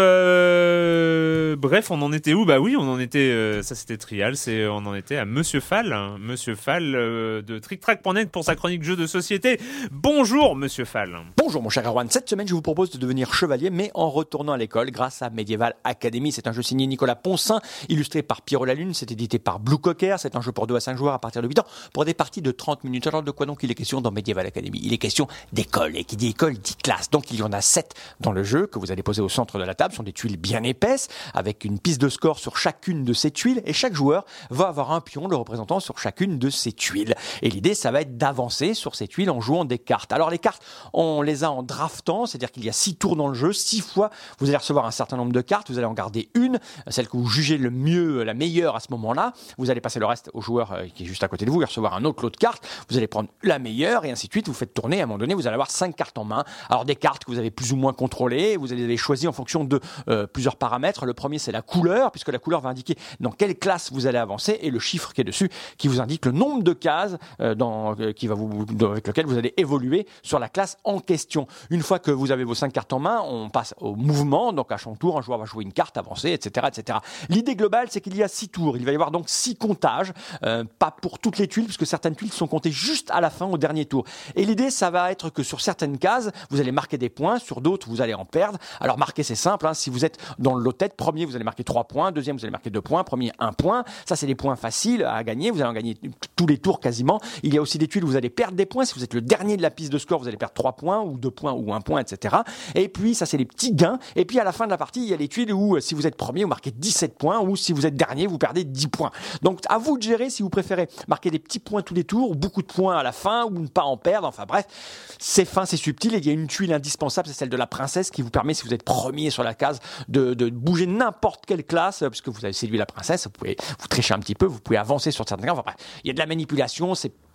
Speaker 1: euh, bref, on en était où? Bah oui, on en était. euh, ça, c'était Trials, et on en était à Monsieur Fall, hein, Monsieur Fall euh, de TrickTrack point net pour sa chronique jeux de société. Bonjour, Monsieur Fall.
Speaker 7: Bonjour mon cher Erwan, cette semaine je vous propose de devenir chevalier mais en retournant à l'école grâce à Medieval Academy. C'est un jeu signé Nicolas Poncin, illustré par Pierrot Lalune, c'est édité par Blue Cocker, c'est un jeu pour deux à cinq joueurs à partir de huit ans pour des parties de trente minutes. Alors de quoi donc il est question dans Medieval Academy? Il est question d'école, et qui dit école dit classe. Donc il y en a sept dans le jeu que vous allez poser au centre de la table. Ce sont des tuiles bien épaisses avec une piste de score sur chacune de ces tuiles et chaque joueur va avoir un pion le représentant sur chacune de ces tuiles. Et l'idée ça va être d'avancer sur ces tuiles en jouant des cartes. Alors les cartes, on les a en draftant, c'est-à-dire qu'il y a six tours dans le jeu, six fois vous allez recevoir un certain nombre de cartes, vous allez en garder une, celle que vous jugez le mieux, la meilleure à ce moment-là, vous allez passer le reste au joueur euh, qui est juste à côté de vous et recevoir un autre lot de cartes, vous allez prendre la meilleure et ainsi de suite, vous faites tourner, à un moment donné vous allez avoir cinq cartes en main. Alors des cartes que vous avez plus ou moins contrôlées, vous allez les choisir en fonction de euh, plusieurs paramètres. Le premier c'est la couleur, puisque la couleur va indiquer dans quelle classe vous allez avancer, et le chiffre qui est dessus qui vous indique le nombre de cases euh, dans, euh, qui va vous, dans- avec lequel vous allez évoluer sur la classe en question. Une fois que vous avez vos cinq cartes en main, on passe au mouvement, donc à son tour un joueur va jouer une carte, avancer, et cetera, et cetera. L'idée globale c'est qu'il y a six tours, il va y avoir donc six comptages, euh, pas pour toutes les tuiles puisque certaines tuiles sont comptées juste à la fin au dernier tour. Et l'idée ça va être que sur certaines cases vous allez marquer des points, sur d'autres vous allez en perdre. Alors marquer c'est simple, hein. Si vous êtes dans le lot tête, premier vous allez marquer trois points, deuxième vous allez marquer deux points, premier un point. Ça c'est des points faciles à gagner, vous allez en gagner tous les tours quasiment. Il y a aussi des tuiles où vous allez perdre des points, si vous êtes le dernier de la piste de score vous allez perdre trois points ou deux points ou un point, et cetera. Et puis ça c'est les petits gains. Et puis à la fin de la partie il y a les tuiles où euh, si vous êtes premier vous marquez dix-sept points, ou si vous êtes dernier vous perdez dix points. Donc à vous de gérer si vous préférez marquer des petits points tous les tours ou beaucoup de points à la fin, ou ne pas en perdre. Enfin bref, c'est fin, c'est subtil. Et il y a une tuile indispensable, c'est celle de la princesse, qui vous permet, si vous êtes premier sur la case, de, de bouger n'importe quelle classe, puisque vous avez séduit la princesse. Vous pouvez vous tricher un petit peu, vous pouvez avancer sur certaines cases. Enfin bref, il y a de la manipulation, c'est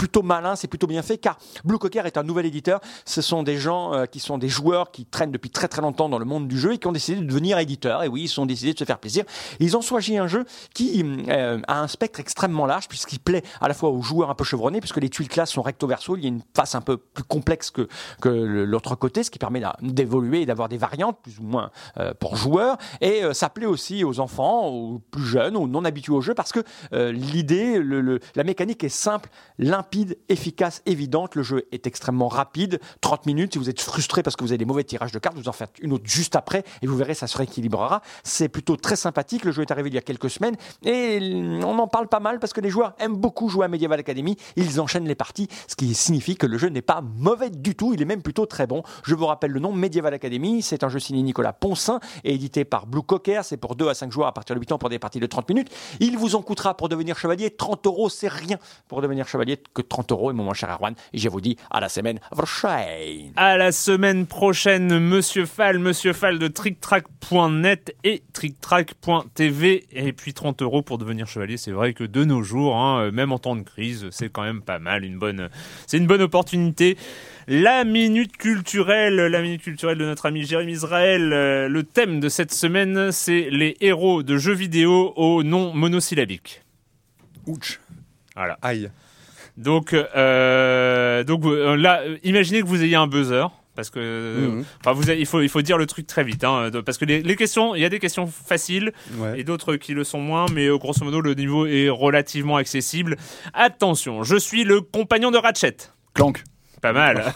Speaker 7: plutôt malin, c'est plutôt bien fait, car Blue Cocker est un nouvel éditeur. Ce sont des gens euh, qui sont des joueurs qui traînent depuis très très longtemps dans le monde du jeu et qui ont décidé de devenir éditeurs. Et oui, ils ont décidé de se faire plaisir. Et ils ont choisi un jeu qui euh, a un spectre extrêmement large, puisqu'il plaît à la fois aux joueurs un peu chevronnés, puisque les tuiles classes sont recto verso, il y a une face un peu plus complexe que, que l'autre côté, ce qui permet là, d'évoluer et d'avoir des variantes plus ou moins euh, pour joueurs. Et euh, ça plaît aussi aux enfants, aux plus jeunes, aux non habitués au jeu, parce que euh, l'idée, le, le, la mécanique est simple, limpide, efficace, évidente. Le jeu est extrêmement rapide, trente minutes. Si vous êtes frustré parce que vous avez des mauvais tirages de cartes, vous en faites une autre juste après et vous verrez, ça se rééquilibrera. C'est plutôt très sympathique. Le jeu est arrivé il y a quelques semaines et on en parle pas mal parce que les joueurs aiment beaucoup jouer à Medieval Academy. Ils enchaînent les parties, ce qui signifie que le jeu n'est pas mauvais du tout. Il est même plutôt très bon. Je vous rappelle le nom, Medieval Academy. C'est un jeu signé Nicolas Poncin et édité par Blue Cocker. C'est pour deux à cinq joueurs à partir de huit ans pour des parties de trente minutes. Il vous en coûtera pour devenir chevalier trente euros. C'est rien pour devenir chevalier que trente euros. Et mon cher Erwan, et je vous dis à la semaine prochaine.
Speaker 1: À la semaine prochaine, Monsieur Fall, Monsieur Fall de tricktrack point net et tricktrack point t v. Et puis trente euros pour devenir chevalier. C'est vrai que de nos jours, hein, même en temps de crise, c'est quand même pas mal. Une bonne, c'est une bonne opportunité. La minute culturelle, la minute culturelle de notre ami Jérémy Israël. Euh, le thème de cette semaine, c'est les héros de jeux vidéo au nom monosyllabique.
Speaker 4: Ouch.
Speaker 1: Voilà.
Speaker 4: Aïe.
Speaker 1: Donc, euh, donc euh, là, imaginez que vous ayez un buzzer. Parce que,
Speaker 4: mmh.
Speaker 1: enfin, vous avez, il faut, il faut dire le truc très vite, hein, parce que les, les questions, il y a des questions faciles
Speaker 4: Ouais.
Speaker 1: et d'autres qui le sont moins, mais euh, grosso modo, le niveau est relativement accessible. Attention, je suis le compagnon de Ratchet.
Speaker 6: Clank.
Speaker 1: Pas mal.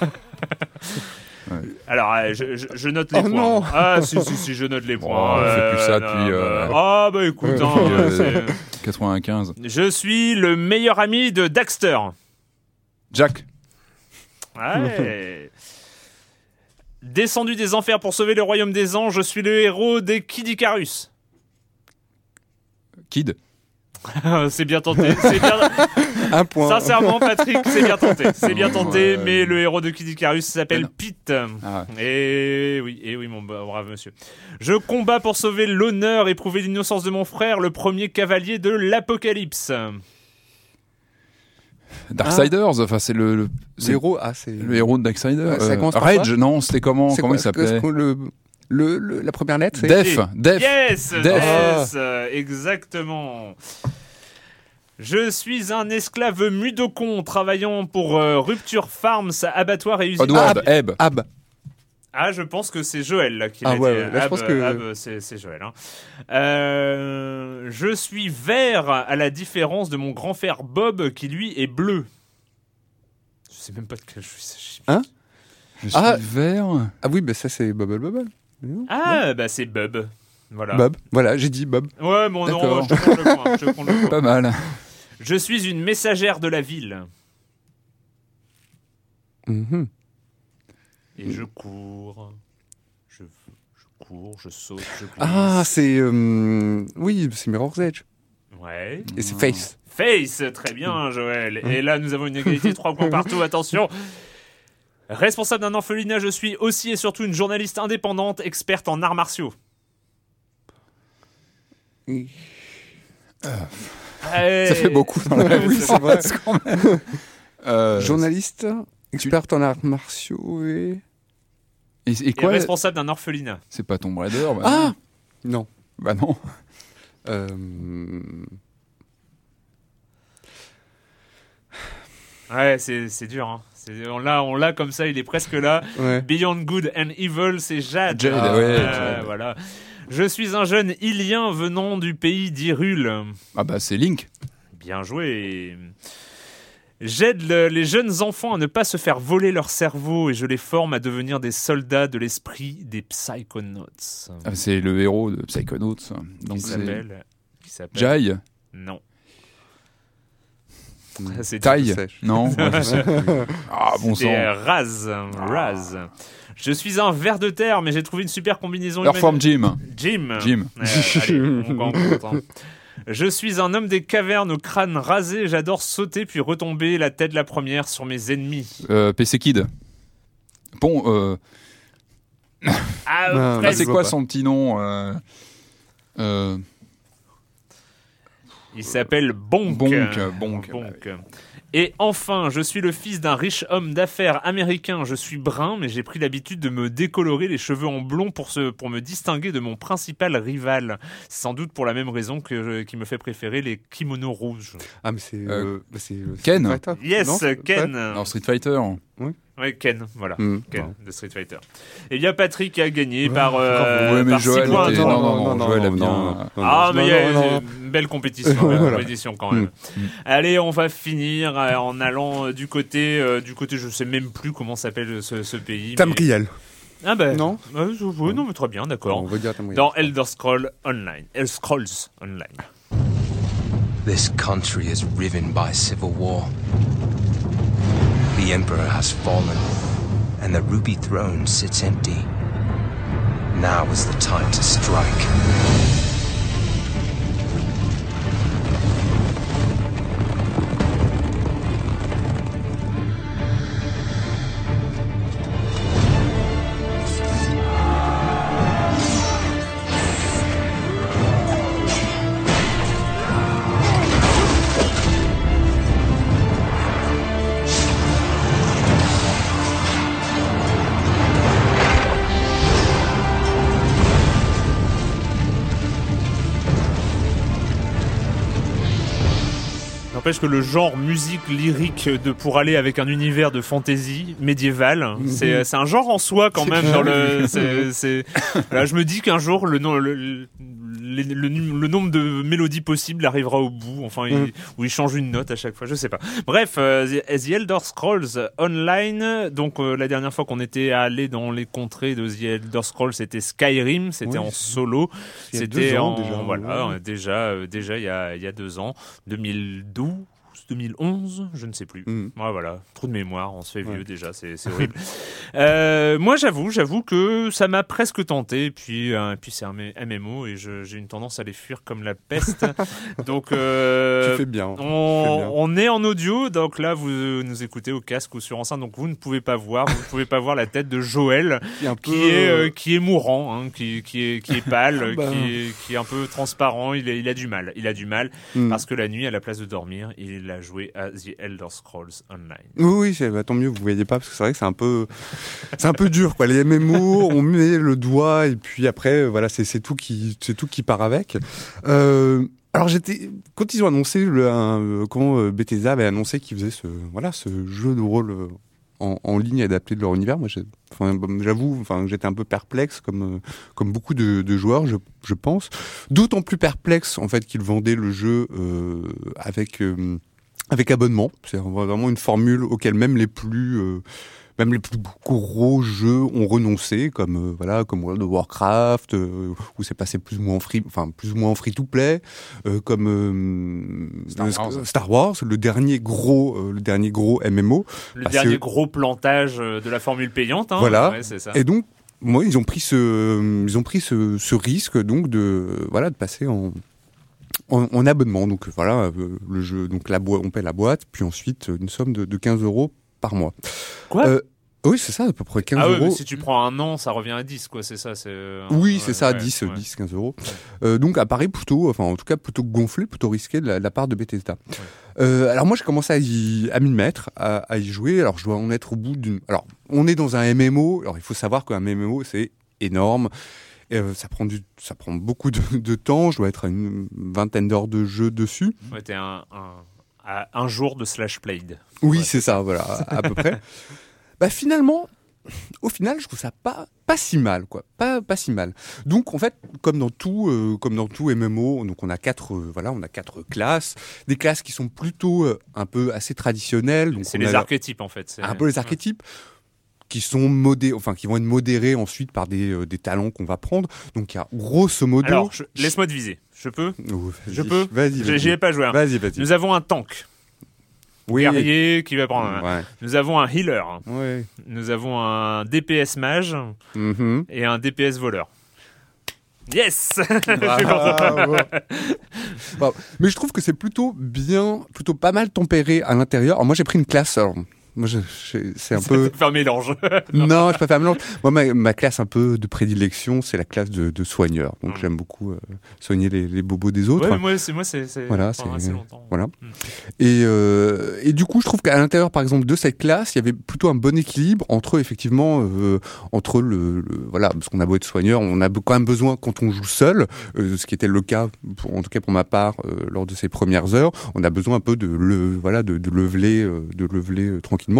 Speaker 6: Ouais.
Speaker 1: Alors, euh, je, je, je note les
Speaker 4: Oh
Speaker 1: points.
Speaker 4: non.
Speaker 1: Ah, si, si, si, je note les points.
Speaker 6: Oh, on fait plus ça
Speaker 1: non,
Speaker 6: depuis, euh,
Speaker 1: bah, Ah, bah écoute, hein,
Speaker 6: euh,
Speaker 1: c'est-
Speaker 6: quatre-vingt-quinze.
Speaker 1: je suis le meilleur ami de Daxter.
Speaker 6: Jack.
Speaker 1: Ouais. Descendu des enfers pour sauver le royaume des anges, je suis le héros des Kid Icarus.
Speaker 6: Kid.
Speaker 1: C'est bien tenté. C'est bien...
Speaker 4: Un point.
Speaker 1: Sincèrement, Patrick, c'est bien tenté. C'est bien tenté,
Speaker 6: Ouais.
Speaker 1: mais le héros de Kid Icarus s'appelle
Speaker 6: non.
Speaker 1: Pete.
Speaker 6: Ah.
Speaker 1: Et oui, et oui, mon brave monsieur. Je combats pour sauver l'honneur et prouver l'innocence de mon frère, le premier cavalier de l'Apocalypse.
Speaker 6: Darksiders. Enfin, c'est le, le, c'est
Speaker 4: Zéro. Ah, c'est.
Speaker 6: le héros de Darksiders.
Speaker 4: Ouais, ça
Speaker 6: Euh,
Speaker 4: commence par
Speaker 6: Rage.
Speaker 4: quoi
Speaker 6: Non, c'était comment
Speaker 4: C'est
Speaker 6: Comment
Speaker 4: quoi,
Speaker 6: il s'appelait
Speaker 4: c'est quoi, le, le, le- la première lettre, c'est.
Speaker 6: Def. Def.
Speaker 1: Yes,
Speaker 6: Def.
Speaker 1: yes, euh, exactement. Je suis un esclave mudokon travaillant pour euh, Rupture Farms, abattoir et usine.
Speaker 6: Oddworld. Ebb.
Speaker 4: Ab.
Speaker 1: Ah, je pense que c'est Joël là, qui
Speaker 4: Ah
Speaker 1: l'a
Speaker 4: ouais,
Speaker 1: dit.
Speaker 4: ouais, là, je
Speaker 1: Ab,
Speaker 4: pense que-
Speaker 1: Ab, c'est, c'est Joël. Hein. Euh, je suis vert à la différence de mon grand frère Bob qui lui est bleu. Je sais même pas de quel je suis.
Speaker 4: Hein
Speaker 6: Je suis
Speaker 4: Ah.
Speaker 6: vert.
Speaker 4: Ah oui, bah ça c'est Bubble Bubble. Non
Speaker 1: Ah, bah c'est Bob. Voilà.
Speaker 4: Bob. Voilà, j'ai dit Bob.
Speaker 1: Ouais, bon, non,
Speaker 6: D'accord.
Speaker 1: je te prends le point. Je te prends le point.
Speaker 6: Pas mal.
Speaker 1: Je suis une messagère de la ville.
Speaker 4: Mhm.
Speaker 1: Et je cours. Je, je cours, je saute, je glisse.
Speaker 4: Ah, c'est. euh, Oui, c'est Mirror's Edge.
Speaker 1: Ouais.
Speaker 4: Et c'est Face.
Speaker 1: Face, très bien, Joël. Et là, nous avons une égalité, trois points partout. Attention. Responsable d'un orphelinat, je suis aussi et surtout une journaliste indépendante, experte en arts martiaux.
Speaker 4: Ça fait beaucoup dans la
Speaker 6: Oui, c'est vrai. quand même. Euh,
Speaker 4: Journaliste, experte en arts martiaux et.
Speaker 6: Et, et
Speaker 1: Et
Speaker 6: quoi
Speaker 1: responsable d'un orphelinat.
Speaker 6: C'est pas Tomb Raider. Bah,
Speaker 4: Ah Non.
Speaker 6: Bah non.
Speaker 4: Euh...
Speaker 1: Ouais, c'est, c'est dur. Hein. C'est, on, l'a, on l'a comme ça, il est presque là.
Speaker 4: Ouais.
Speaker 1: Beyond Good and Evil, c'est Jade.
Speaker 6: Jade,
Speaker 1: Ah,
Speaker 6: ouais,
Speaker 1: euh,
Speaker 6: Jade.
Speaker 1: Voilà. Je suis un jeune Ilien venant du pays d'Hyrule.
Speaker 6: Ah bah c'est Link.
Speaker 1: Bien joué. J'aide le- les jeunes enfants à ne pas se faire voler leur cerveau et je les forme à devenir des soldats de l'esprit des Psychonauts.
Speaker 6: Ah, c'est le héros de Psychonauts. Donc
Speaker 1: Qui
Speaker 6: c'est
Speaker 1: s'appelle... Qui s'appelle...
Speaker 6: Jai.
Speaker 1: Non.
Speaker 4: Hmm.
Speaker 1: C'est
Speaker 6: Taille.
Speaker 4: sèche.
Speaker 6: Non. Ouais, je sais plus. Ah bon
Speaker 1: C'est
Speaker 6: sang.
Speaker 1: euh, Raz. Raz. Je suis un ver de terre, mais j'ai trouvé une super combinaison.
Speaker 6: Earthworm
Speaker 1: humaine-
Speaker 6: Jim.
Speaker 1: Jim.
Speaker 6: Jim.
Speaker 1: Euh, allez, on, on compte, hein. Je suis un homme des cavernes au crâne rasé. J'adore sauter puis retomber la tête la première sur mes ennemis.
Speaker 6: Euh, P C Kid. Bon, euh,
Speaker 1: Ah,
Speaker 4: Non,
Speaker 6: ah,
Speaker 1: presque.
Speaker 6: c'est
Speaker 4: vois
Speaker 6: quoi
Speaker 4: pas.
Speaker 6: son petit nom euh, euh,
Speaker 1: Il s'appelle Bonk.
Speaker 6: Bonk, Bonk.
Speaker 1: Bonk. Et enfin, je suis le fils d'un riche homme d'affaires américain. Je suis brun, mais j'ai pris l'habitude de me décolorer les cheveux en blond pour, se, pour me distinguer de mon principal rival. Sans doute pour la même raison que, qui me fait préférer les kimonos rouges.
Speaker 4: Ah, mais c'est...
Speaker 6: Euh,
Speaker 4: Euh, bah, c'est euh,
Speaker 6: Ken.
Speaker 4: Street Fighter.
Speaker 1: Yes,
Speaker 4: Non,
Speaker 1: Ken.
Speaker 4: ouais.
Speaker 6: Alors Street Fighter.
Speaker 1: Ouais, Ken, voilà.
Speaker 4: Mm.
Speaker 1: Ken,
Speaker 4: Ouais.
Speaker 1: de Street Fighter. Eh bien, Patrick a gagné
Speaker 4: Ouais,
Speaker 1: par, euh,
Speaker 6: ouais, mais
Speaker 1: par six
Speaker 6: Joël
Speaker 1: points.
Speaker 6: était-
Speaker 1: Non,
Speaker 6: non, non, non, Joël a bien-
Speaker 4: non, non,
Speaker 1: Ah, mais
Speaker 4: non,
Speaker 1: il y a
Speaker 4: non, non.
Speaker 1: une belle compétition, belle
Speaker 4: Voilà.
Speaker 1: compétition quand même.
Speaker 6: Mm.
Speaker 1: Allez, on va finir euh, en allant euh, du côté, euh, du côté, je sais même plus comment s'appelle ce, ce pays. mais-
Speaker 4: Tamriel.
Speaker 1: Ah ben,
Speaker 4: Non.
Speaker 1: euh, je- oui, non, mais très bien,
Speaker 4: On
Speaker 1: d'accord.
Speaker 4: va dire Tamriel.
Speaker 1: Dans Elder Scrolls Online, Elder Scrolls Online.
Speaker 8: This country is riven by civil war. The Emperor has fallen, and the ruby throne sits empty. Now is the time to strike.
Speaker 1: N'empêche que le genre musique lyrique de pour aller avec un univers de fantasy médiéval, c'est c'est un genre en soi quand
Speaker 4: C'est
Speaker 1: même.
Speaker 4: clair.
Speaker 1: Dans le, c'est, c'est... Là, je me dis qu'un jour le, nom- le, le, le, le, le nombre de mélodies possibles arrivera au bout. Enfin, il,
Speaker 4: Mm.
Speaker 1: où il change une note à chaque fois. Je sais pas. Bref, euh, The, The Elder Scrolls Online. Donc euh, la dernière fois qu'on était allé dans les contrées de The Elder Scrolls, c'était Skyrim. C'était
Speaker 4: Oui,
Speaker 1: en
Speaker 4: c'est-
Speaker 1: solo.
Speaker 4: il y a
Speaker 1: C'était
Speaker 4: deux ans
Speaker 1: en
Speaker 4: déjà,
Speaker 1: voilà
Speaker 4: ouais.
Speaker 1: euh, déjà euh, déjà il y a il y a deux ans, deux mille douze, deux mille onze, je ne sais plus.
Speaker 4: Mm.
Speaker 1: Ouais, voilà, trou de mémoire, on se fait vieux
Speaker 4: Ouais.
Speaker 1: déjà, c'est c'est horrible. euh, moi j'avoue, j'avoue que ça m'a presque tenté. Et puis euh, et puis c'est un M M O et je- j'ai une tendance à les fuir comme la peste. Donc euh,
Speaker 4: Tu fais bien. Tu fais
Speaker 1: on,
Speaker 4: bien.
Speaker 1: on est en audio, donc là vous nous écoutez au casque ou sur enceinte, donc vous ne pouvez pas voir, vous ne pouvez pas voir la tête de Joël
Speaker 4: Qui est un peu,
Speaker 1: qui est euh,
Speaker 4: euh,
Speaker 1: qui est mourant, hein, qui qui est qui est pâle,
Speaker 4: Bah.
Speaker 1: qui est qui est un peu transparent. Il, est, il a du mal, il a du mal
Speaker 4: mm.
Speaker 1: parce que la nuit, à la place de dormir, il a joué à The Elder Scrolls Online.
Speaker 4: Oui, oui, c'est, bah, tant mieux, vous voyez pas, parce que c'est vrai que c'est un peu, c'est un peu dur, quoi. Les M M O, on met le doigt, et puis après, euh, voilà, c'est, c'est tout qui, c'est tout qui part avec. Euh, alors j'étais, quand ils ont annoncé le, un, euh, quand euh, Bethesda avait annoncé qu'ils faisaient ce, voilà, ce jeu de rôle euh, en, en ligne adapté de leur univers, moi, j'ai, enfin, bon, j'avoue, enfin, j'étais un peu perplexe, comme, euh, comme beaucoup de, de joueurs, je, je pense. D'autant plus perplexe, en fait, qu'ils vendaient le jeu euh, avec. Euh, Avec abonnement, c'est vraiment une formule auquel même les plus, euh, même les plus gros jeux ont renoncé, comme euh, voilà, comme World of Warcraft, euh, où c'est passé plus ou moins en free, enfin plus ou moins en free to play, euh, comme euh,
Speaker 6: Star Wars.
Speaker 4: euh, Star Wars, le dernier gros, euh, le dernier gros M M O.
Speaker 1: Le
Speaker 4: Parce
Speaker 1: dernier
Speaker 4: que-
Speaker 1: gros plantage euh, de la formule payante. Hein.
Speaker 4: Voilà.
Speaker 1: Ouais, c'est ça.
Speaker 4: Et donc, moi, ils ont pris ce, ils ont pris ce, ce risque donc de, voilà, de passer en En, en abonnement, donc voilà, euh, le jeu, donc la boîte, on paie la boîte, puis ensuite euh, une somme de, de quinze euros par mois.
Speaker 1: Quoi
Speaker 4: Euh, Oui, c'est ça, à peu près quinze
Speaker 1: Ah ouais,
Speaker 4: euros.
Speaker 1: mais si tu prends un an, ça revient à dix, quoi, c'est ça. C'est, euh,
Speaker 4: Oui,
Speaker 1: ouais,
Speaker 4: c'est ça,
Speaker 1: ouais,
Speaker 4: dix,
Speaker 1: ouais.
Speaker 4: dix, quinze euros. Euh, donc, apparaît plutôt, enfin, en tout cas, plutôt gonflé, plutôt risqué de la, de la part de Bethesda. Euh, alors, moi, j'ai commencé à, y, à m'y mettre, à, à y jouer. Alors, je dois en être au bout d'une. Alors, on est dans un M M O. Alors, il faut savoir qu'un M M O, c'est énorme. Et, euh, ça prend du, ça prend beaucoup de, de temps. Je dois être à une vingtaine d'heures de jeu dessus.
Speaker 1: Ouais, t'es un, un, à un jour de slash played.
Speaker 4: Oui,
Speaker 1: Ouais,
Speaker 4: c'est ça, voilà, à, à peu près. Bah finalement, au final, je trouve ça pas pas si mal, quoi, pas pas si mal. Donc en fait, comme dans tout, euh, comme dans tout M M O, donc on a quatre, euh, voilà, on a quatre classes, des classes qui sont plutôt euh, un peu assez traditionnelles. Donc
Speaker 1: C'est
Speaker 4: on
Speaker 1: les
Speaker 4: a
Speaker 1: archétypes, en fait. C'est...
Speaker 4: un peu les archétypes. Qui sont modérés, enfin qui vont être modérés ensuite par des, euh, des talents qu'on va prendre. Donc il y a grosso modo.
Speaker 1: Alors, je- laisse-moi deviser. Je peux
Speaker 4: Oh, vas-y,
Speaker 1: Je peux
Speaker 4: Vas-y,
Speaker 1: J'ai-
Speaker 4: vas-y.
Speaker 1: J'y ai pas joué. hein.
Speaker 4: Vas-y, vas-y.
Speaker 1: Nous avons un tank.
Speaker 4: Oui.
Speaker 1: Guerrier qui va prendre. un-
Speaker 4: Ouais.
Speaker 1: Nous avons un healer.
Speaker 4: Ouais.
Speaker 1: Nous avons un D P S mage
Speaker 4: Mhm.
Speaker 1: et un D P S voleur. Yes.
Speaker 4: Ah, bon. Bon. Mais je trouve que c'est plutôt bien, plutôt pas mal tempéré à l'intérieur. Alors moi j'ai pris une classe, alors, Moi, je, je, c'est un peu.
Speaker 1: C'est un mélange.
Speaker 4: Non, je préfère un mélange. Moi, ma, ma classe un peu de prédilection, c'est la classe de, de soigneurs. Donc, mmh. j'aime beaucoup euh, soigner les, les bobos des autres.
Speaker 1: Ouais, moi, c'est moi, c'est, c'est
Speaker 4: voilà,
Speaker 1: c'est assez longtemps.
Speaker 4: Voilà. Mmh. Et euh, et du coup, je trouve qu'à l'intérieur, par exemple, de cette classe, il y avait plutôt un bon équilibre entre effectivement euh, entre le, le voilà, parce qu'on a beau être soigneur, on a quand même besoin quand on joue seul, euh, ce qui était le cas, pour, en tout cas pour ma part, euh, lors de ces premières heures, on a besoin un peu de le voilà de, de leveler, euh, de leveler euh, tranquillement.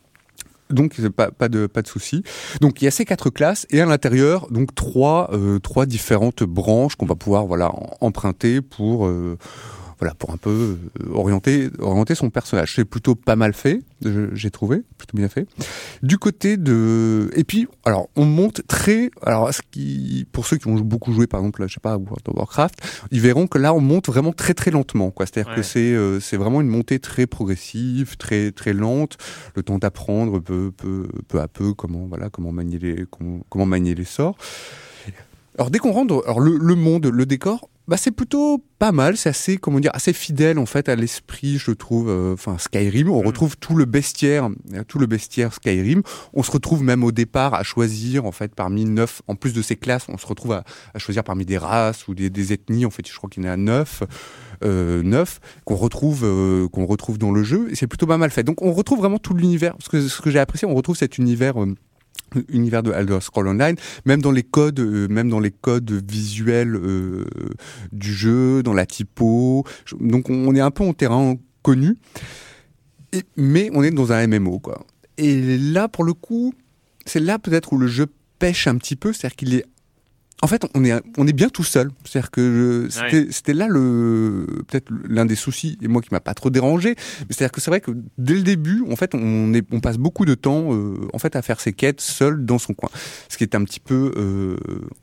Speaker 4: Donc pas pas de pas de souci. Donc il y a ces quatre classes et à l'intérieur donc trois euh, trois différentes branches qu'on va pouvoir voilà emprunter pour euh, voilà pour un peu euh, orienter orienter son personnage. C'est plutôt pas mal fait, je, j'ai trouvé plutôt bien fait. Du côté de et puis alors on monte très alors ce qui pour ceux qui ont beaucoup joué par exemple là, je sais pas à World of Warcraft, ils verront que là on monte vraiment très très lentement quoi. C'est-à-dire ouais. que c'est euh, c'est vraiment une montée très progressive, très très lente, le temps d'apprendre peu peu peu à peu comment voilà comment manier les comment, comment manier les sorts. Alors dès qu'on rentre alors le, le monde, le décor, bah c'est plutôt pas mal, c'est assez comment dire assez fidèle en fait à l'esprit, je trouve enfin euh, Skyrim, on retrouve tout le bestiaire, tout le bestiaire Skyrim, on se retrouve même au départ à choisir en fait parmi neuf en plus de ces classes, on se retrouve à, à choisir parmi des races ou des, des ethnies, en fait, je crois qu'il y en a neuf euh, neuf qu'on retrouve euh, qu'on retrouve dans le jeu et c'est plutôt pas mal fait. Donc on retrouve vraiment tout l'univers, parce que ce que j'ai apprécié, on retrouve cet univers euh, univers de Elder Scrolls Online, même dans les codes, euh, même dans les codes visuels euh, du jeu, dans la typo. Donc on est un peu en terrain connu, et, mais on est dans un M M O quoi. Et là pour le coup, c'est là peut-être où le jeu pêche un petit peu, c'est-à-dire qu'il est en fait, on est on est bien tout seul. C'est-à-dire que je, c'était ouais. c'était là le peut-être l'un des soucis et moi qui m'a pas trop dérangé. Mais c'est-à-dire que c'est vrai que dès le début, en fait, on est on passe beaucoup de temps euh, en fait à faire ses quêtes seul dans son coin, ce qui est un petit peu euh,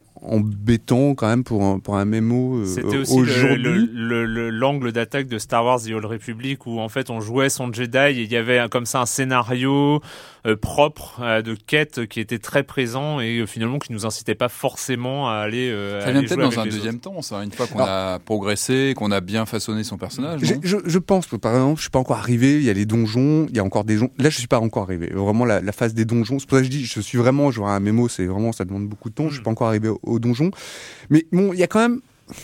Speaker 4: embêtant quand même pour un, pour un M M O euh,
Speaker 1: C'était aussi
Speaker 4: aujourd'hui.
Speaker 1: Le, le, le, le, l'angle d'attaque de Star Wars The Old Republic où en fait on jouait son Jedi et il y avait comme ça un scénario euh, propre euh, de quête qui était très présent et euh, finalement qui nous incitait pas forcément à aller euh,
Speaker 6: ça vient peut-être dans un deuxième autres. temps ça, une fois qu'on Alors, a progressé, qu'on a bien façonné son personnage.
Speaker 4: Je, je, je pense que par exemple je suis pas encore arrivé, il y a les donjons, il y a encore des donjons, là je suis pas encore arrivé, vraiment la, la phase des donjons, c'est pour ça que je dis je suis vraiment joueur à un M M O, c'est vraiment ça demande beaucoup de temps, mmh. je suis pas encore arrivé au, au donjon, mais bon il y a quand même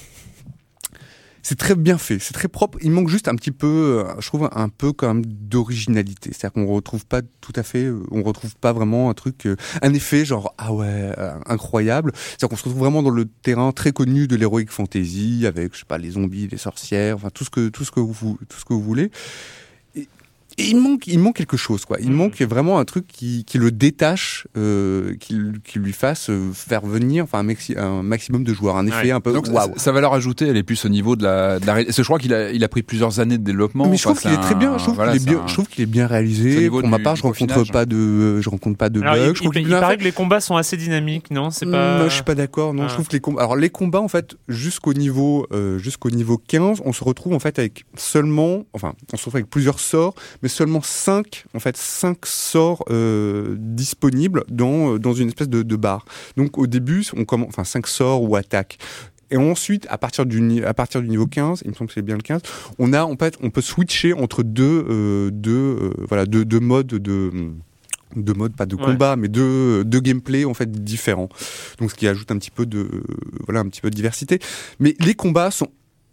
Speaker 4: c'est très bien fait, c'est très propre. Il manque juste un petit peu, je trouve, un peu quand même d'originalité. C'est-à-dire qu'on retrouve pas tout à fait, on retrouve pas vraiment un truc, un effet genre ah ouais incroyable. C'est-à-dire qu'on se retrouve vraiment dans le terrain très connu de l'heroic fantasy avec je sais pas les zombies, les sorcières, enfin tout ce que tout ce que vous tout ce que vous voulez. Et il manque, il manque quelque chose, quoi. Il mmh. manque vraiment un truc qui, qui le détache, euh, qui, qui lui fasse faire venir, enfin, un, maxi, un maximum de joueurs. Un effet ouais. un peu.
Speaker 6: Donc,
Speaker 4: waouh.
Speaker 6: Sa valeur ajoutée, elle est plus au niveau de la. De la ré... Je crois qu'il a, il a pris plusieurs années de développement.
Speaker 4: Mais je trouve qu'il est très bien. Je trouve voilà, qu'il est bien. Un... Je trouve qu'il est bien réalisé. Pour du, ma part, je rencontre pas de, je rencontre pas de
Speaker 1: alors,
Speaker 4: bugs.
Speaker 1: Il,
Speaker 4: je trouve
Speaker 1: il,
Speaker 4: qu'il
Speaker 1: il paraît que les combats sont assez dynamiques, non? C'est pas.
Speaker 4: Non, je suis pas d'accord. Non, ah. je trouve que les combats. Alors, les combats, en fait, jusqu'au niveau, euh, jusqu'au niveau quinze, on se retrouve en fait avec seulement, enfin, on se retrouve avec plusieurs sorts, mais seulement cinq en fait cinq sorts euh, disponibles dans dans une espèce de, de barre. Donc au début, on commence, enfin cinq sorts ou attaques. Et ensuite, à partir du à partir du niveau quinze, il me semble que c'est bien le quinze, on a en fait on peut switcher entre deux euh, deux euh, voilà deux deux modes de de mode, pas de combat, ouais. mais de, de gameplay en fait différents. Donc ce qui ajoute un petit peu de voilà un petit peu de diversité. Mais les combats sont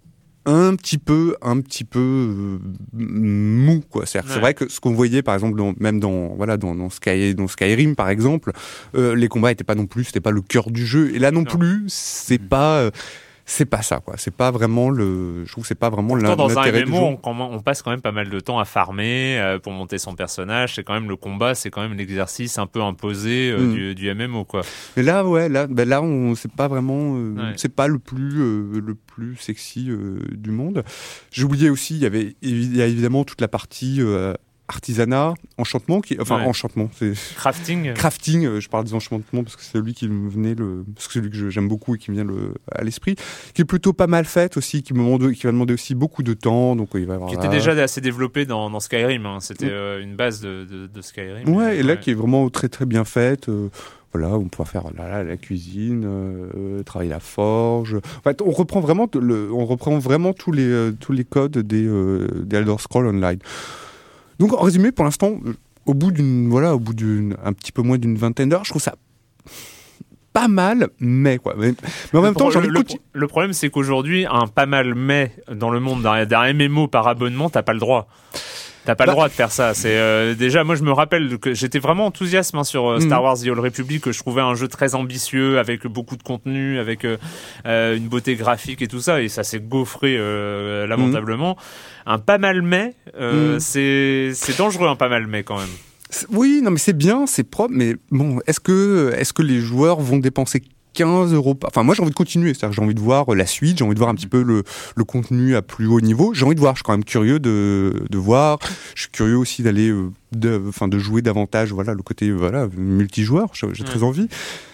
Speaker 4: un petit peu, un petit peu euh, mou, quoi. C'est, ouais. c'est vrai que ce qu'on voyait, par exemple, dans, même dans, voilà, dans, dans, Sky, dans Skyrim, par exemple, euh, les combats étaient pas non plus, c'était pas le cœur du jeu. Et là non, non. plus, c'est mmh. pas, euh, c'est pas ça, quoi. C'est pas vraiment le, je trouve que c'est pas vraiment l'intérêt
Speaker 1: dans un
Speaker 4: du
Speaker 1: M M O,
Speaker 4: jeu.
Speaker 1: On, on passe quand même pas mal de temps à farmer euh, pour monter son personnage. C'est quand même le combat, c'est quand même l'exercice un peu imposé euh, mmh. du, du M M O, quoi.
Speaker 4: Mais là, ouais, là, ben là, on, c'est pas vraiment, euh, ouais. c'est pas le plus, euh, le plus sexy euh, du monde. J'ai oublié aussi, il y avait, il y a évidemment toute la partie euh, artisanat, enchantement, qui, enfin ouais. enchantement, c'est
Speaker 1: crafting.
Speaker 4: Crafting, euh, je parle des enchantements parce que c'est celui qui me venait le, parce que c'est celui que je, j'aime beaucoup et qui me vient le, à l'esprit, qui est plutôt pas mal faite aussi, qui me demande, qui va demander aussi beaucoup de temps, donc il va y avoir.
Speaker 1: Qui là... était déjà assez développé dans, dans Skyrim, hein. C'était euh, une base de, de, de Skyrim.
Speaker 4: Ouais, et là ouais. qui est vraiment très très bien faite. Euh, Voilà, on pourra faire là, là, la cuisine, euh, travailler la forge. En fait, on reprend vraiment, le, on reprend vraiment tous les euh, tous les codes des, euh, des Elder Scrolls Online. Donc, en résumé, pour l'instant, au bout d'une, voilà, au bout d'une, un petit peu moins d'une vingtaine d'heures, je trouve ça pas mal, mais quoi. Mais, mais en même
Speaker 1: le
Speaker 4: temps,
Speaker 1: pro-
Speaker 4: j'ai envie
Speaker 1: le,
Speaker 4: de
Speaker 1: le,
Speaker 4: continuer.
Speaker 1: le problème, c'est qu'aujourd'hui, un pas mal mais dans le monde d'un, d'un M M O par abonnement, t'as pas le droit. T'as pas
Speaker 4: Bah.
Speaker 1: le droit de faire ça. C'est euh, déjà, moi, je me rappelle que j'étais vraiment enthousiaste hein, sur euh, Star
Speaker 4: Mhm.
Speaker 1: Wars The Old Republic, que je trouvais un jeu très ambitieux, avec beaucoup de contenu, avec euh, euh, une beauté graphique et tout ça, et ça s'est gaufré euh, lamentablement. Un pas mal mais, euh,
Speaker 4: Mhm.
Speaker 1: c'est c'est dangereux un pas mal mais quand même.
Speaker 4: C'est- Oui, non, mais c'est bien, c'est propre, mais bon, est-ce que, est-ce que les joueurs vont dépenser quinze euros par... Enfin, moi, j'ai envie de continuer, c'est-à-dire que j'ai envie de voir la suite, j'ai envie de voir un petit peu le, le contenu à plus haut niveau, j'ai envie de voir, je suis quand même curieux de, de voir, je suis curieux aussi d'aller, euh, de, enfin, de jouer davantage, voilà, le côté, voilà, multijoueur, j'ai, j'ai très
Speaker 1: Ouais.
Speaker 4: envie.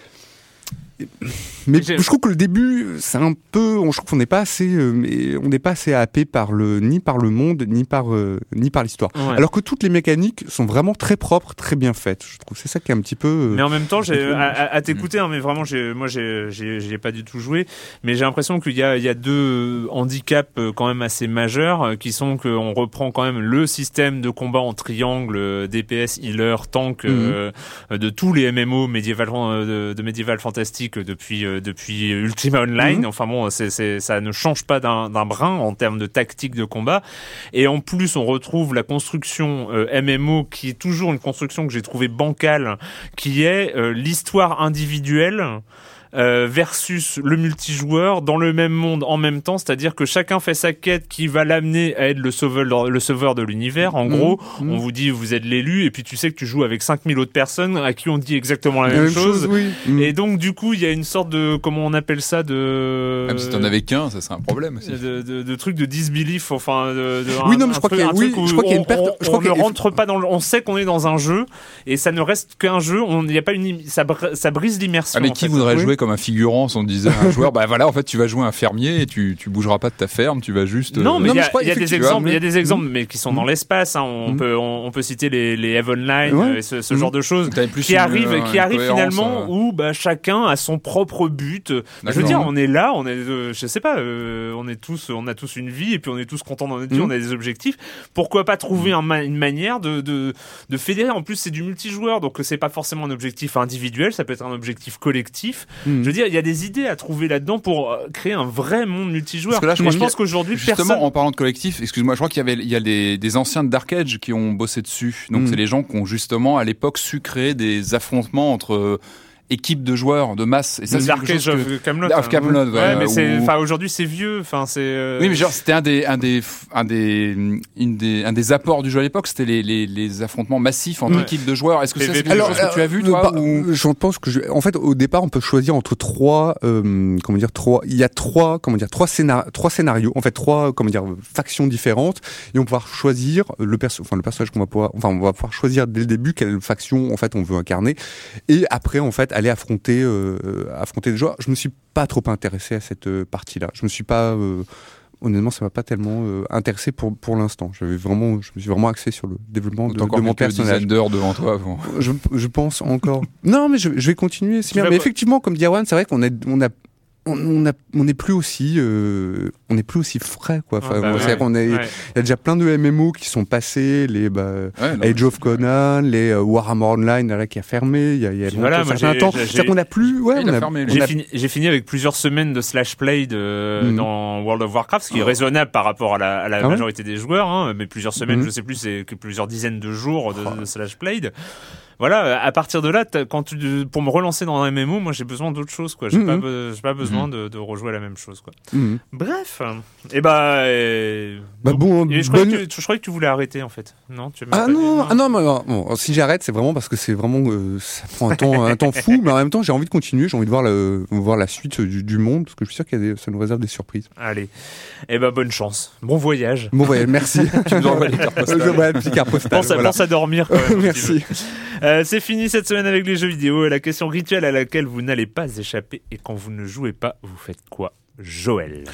Speaker 4: Mais
Speaker 1: J'ai-
Speaker 4: je trouve que le début, c'est un peu, on, je trouve qu'on n'est pas assez, euh, mais on n'est pas assez happé par le, ni par le monde, ni par, euh, ni par l'histoire.
Speaker 1: Ouais.
Speaker 4: Alors que toutes les mécaniques sont vraiment très propres, très bien faites. Je trouve que c'est ça qui est un petit peu. euh,
Speaker 1: Mais en même temps, j'ai,
Speaker 4: un peu-
Speaker 1: à, à- à t'écouter, hein, mais vraiment, j'ai, moi, j'ai, j'ai, j'ai pas du tout joué, mais j'ai l'impression qu'il y a, il y a deux handicaps euh, quand même assez majeurs, euh, qui sont qu'on reprend quand même le système de combat en triangle, euh, D P S, healer, tank, euh, de tous les M M O médiéval, euh, de, de médiéval fantastique depuis, euh, depuis Ultima Online.
Speaker 4: Mhm.
Speaker 1: Enfin bon, c'est, c'est, ça ne change pas d'un, d'un brin en termes de tactique de combat. Et en plus, on retrouve la construction euh, M M O qui est toujours une construction que j'ai trouvée bancale, qui est euh, l'histoire individuelle euh, versus le multijoueur dans le même monde en même temps, c'est-à-dire que chacun fait sa quête qui va l'amener à être le sauveur, le sauveur de l'univers. En
Speaker 4: Mmh,
Speaker 1: gros,
Speaker 4: mmh.
Speaker 1: on vous dit vous êtes l'élu et puis tu sais que tu joues avec cinq mille autres personnes à qui on dit exactement la
Speaker 4: la
Speaker 1: même,
Speaker 4: même
Speaker 1: chose.
Speaker 4: chose, oui. Mm.
Speaker 1: Et donc du coup, il y a une sorte de, comment on appelle ça, de...
Speaker 6: Même si t'en avais qu'un, ça serait un problème aussi.
Speaker 1: de, de, de trucs de disbelief, enfin de, de
Speaker 4: Oui,
Speaker 1: un-
Speaker 4: non, mais je
Speaker 1: un
Speaker 4: crois
Speaker 1: truc-
Speaker 4: qu'il y a-
Speaker 1: un
Speaker 4: oui,
Speaker 1: truc où
Speaker 4: je crois qu'il y a une
Speaker 1: on-
Speaker 4: perte-
Speaker 1: on-
Speaker 4: je crois
Speaker 1: on
Speaker 4: qu'il y
Speaker 1: ne
Speaker 4: a-
Speaker 1: rentre pas dans le, on sait qu'on est dans un jeu et ça ne reste qu'un jeu. On n'y a pas une, im- ça, br- ça brise l'immersion.
Speaker 6: Ah, mais
Speaker 1: en
Speaker 6: qui
Speaker 1: fait.
Speaker 6: voudrait
Speaker 4: Oui.
Speaker 6: jouer comme un figurant si on disait à un joueur, bah voilà, en fait, tu vas jouer un fermier et tu, tu bougeras pas de ta ferme, tu vas juste.
Speaker 1: Non,
Speaker 6: euh,
Speaker 1: mais
Speaker 4: non,
Speaker 1: il y
Speaker 4: mais
Speaker 1: a,
Speaker 4: je crois
Speaker 1: il y a des
Speaker 4: effectivement,
Speaker 1: exemples, il y a
Speaker 4: mais-
Speaker 1: des exemples, mais qui sont dans l'espace. Hein. On
Speaker 4: Mm.
Speaker 1: peut, on, on peut citer les, les Eve Online,
Speaker 4: Ouais.
Speaker 1: euh, et ce, ce
Speaker 4: Mm.
Speaker 1: genre de choses.
Speaker 6: t'avais plus
Speaker 1: Qui
Speaker 6: une,
Speaker 1: arrive,
Speaker 6: euh,
Speaker 1: qui
Speaker 6: une
Speaker 1: arrive
Speaker 6: cohérence,
Speaker 1: finalement
Speaker 6: euh,
Speaker 1: où bah, chacun a son propre but. Je veux
Speaker 6: D'accord.
Speaker 1: dire, on est là, on est, euh, je sais pas, euh, on est tous, on a tous une vie et puis on est tous contents dans notre vie,
Speaker 4: Mhm.
Speaker 1: on a des objectifs. Pourquoi pas trouver un ma- une manière de, de, de fédérer. En plus, c'est du multijoueur, donc c'est pas forcément un objectif individuel, ça peut être un objectif collectif.
Speaker 4: Mm.
Speaker 1: Je veux dire, il y a des idées à trouver là-dedans pour euh, créer un vrai monde multijoueur.
Speaker 6: Parce que là, je
Speaker 1: Et
Speaker 6: crois
Speaker 1: je
Speaker 6: qu'il y
Speaker 1: pense
Speaker 6: a-
Speaker 1: qu'aujourd'hui,
Speaker 6: Justement,
Speaker 1: personne.
Speaker 6: en parlant de collectif, excuse-moi, je crois qu'il y avait, il y a des, des anciens de Dark Age qui ont bossé dessus. Donc,
Speaker 4: Mm.
Speaker 6: c'est les gens qui ont justement, à l'époque, su créer des affrontements entre euh, équipes de joueurs de masse. Et ça, c'est
Speaker 1: Dark
Speaker 6: quelque chose
Speaker 1: Age
Speaker 6: que-
Speaker 1: of Camelot.
Speaker 6: of
Speaker 1: hein.
Speaker 6: Camelot, ouais,
Speaker 1: Ouais, mais c'est,
Speaker 6: où-
Speaker 1: enfin, aujourd'hui, c'est vieux. Enfin, c'est. euh,
Speaker 6: Oui, mais genre, c'était un des, un des, un des, une des, un des apports du jeu à l'époque, c'était les, les, les affrontements massifs entre
Speaker 1: Ouais.
Speaker 6: équipes de joueurs. Est-ce que ça, c'est
Speaker 1: P V P,
Speaker 6: quelque
Speaker 1: ouais.
Speaker 6: chose que tu as vu,
Speaker 4: euh,
Speaker 6: toi,
Speaker 4: bah,
Speaker 6: ou...
Speaker 4: Je pense que, je, en fait, au départ, on peut choisir entre trois, euh, comment dire, trois. Il y a trois, comment dire, trois scénarios, trois scénarios. En fait, trois, comment dire, factions différentes, et on va pouvoir choisir le perso, enfin le personnage qu'on va pouvoir, enfin, on va pouvoir choisir dès le début quelle faction, en fait, on veut incarner, et après, en fait, aller affronter, euh, affronter des joueurs. Je me suis pas trop intéressé à cette euh, partie-là. Je me suis pas euh, honnêtement, ça m'a pas tellement euh, intéressé pour pour l'instant. J'avais vraiment, je me suis vraiment axé sur le développement de,
Speaker 6: T'as encore
Speaker 4: de mon
Speaker 6: quelques
Speaker 4: personnage.
Speaker 6: dizaines d'heures devant toi avant.
Speaker 4: Je, je pense encore. Non, mais je, je vais continuer. C'est
Speaker 1: Tu
Speaker 4: bien.
Speaker 1: vas
Speaker 4: Mais
Speaker 1: pas-
Speaker 4: effectivement, comme dit Erwan, c'est vrai qu'on a, on a, on, on a, on n'est plus aussi, euh, on n'est plus aussi frais, quoi. Enfin,
Speaker 1: Ah, bah
Speaker 4: bon,
Speaker 1: ouais.
Speaker 4: c'est-à-dire qu'on est, il
Speaker 1: Ouais.
Speaker 4: y a déjà plein de M M O qui sont passés, les bah,
Speaker 6: Ouais, non,
Speaker 4: Age of Conan, les euh, Warhammer Online là, qui a fermé. Il y a, il y a
Speaker 1: Puis
Speaker 4: longtemps,
Speaker 1: voilà, moi,
Speaker 4: certain
Speaker 1: j'ai-
Speaker 4: temps.
Speaker 1: j'ai-
Speaker 4: C'est-à-dire qu'on a plus, ouais,
Speaker 6: il
Speaker 4: on
Speaker 6: a
Speaker 4: a,
Speaker 6: fermé,
Speaker 4: on
Speaker 1: J'ai
Speaker 4: a-
Speaker 1: fini, j'ai fini avec plusieurs semaines de slash play de,
Speaker 4: Mhm.
Speaker 1: dans World of Warcraft, ce qui est raisonnable par rapport à la, à la
Speaker 4: Ah ouais
Speaker 1: majorité des joueurs, hein, mais plusieurs semaines,
Speaker 4: Mhm.
Speaker 1: je sais plus, c'est que plusieurs dizaines de jours de, de slash play. Voilà, à partir de là, t'as- quand tu, pour me relancer dans un M M O, moi j'ai besoin d'autre chose, quoi. J'ai
Speaker 4: Mhm.
Speaker 1: pas, be- j'ai pas besoin de, de rejouer à la même chose, quoi.
Speaker 4: Mhm.
Speaker 1: Bref, et bah, et...
Speaker 4: Bah bon,
Speaker 1: Et je, croyais
Speaker 4: bonne-
Speaker 1: que, tu- je croyais que tu voulais arrêter en fait. Non, tu m'as
Speaker 4: Ah
Speaker 1: pas dit,
Speaker 4: non, ah non, mais non, bon, si j'arrête, c'est vraiment parce que c'est vraiment, euh, ça prend un temps, un temps fou, mais en même temps, j'ai envie de continuer, j'ai envie de voir, le, voir la suite du, du monde, parce que je suis sûr qu'il y a des, ça nous réserve des surprises.
Speaker 1: Allez, et bah bonne chance, bon voyage.
Speaker 4: Bon, ouais, merci.
Speaker 6: Tu nous envoies les cartes postales.
Speaker 4: Je vois la petite carte postale.
Speaker 1: Pense à,
Speaker 4: voilà.
Speaker 1: pense à dormir quand même. un petit peu.
Speaker 4: Merci.
Speaker 1: Euh, c'est fini cette semaine avec les jeux vidéo. La question rituelle à laquelle vous n'allez pas échapper, et quand vous ne jouez pas, vous faites quoi, Joël?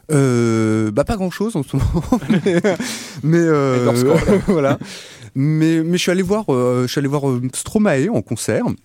Speaker 4: Euh, bah pas grand chose en ce moment, mais, mais euh,
Speaker 6: Elder Scrolls.
Speaker 4: voilà. Mais mais je suis allé voir, euh, je suis allé voir euh, Stromae en concert.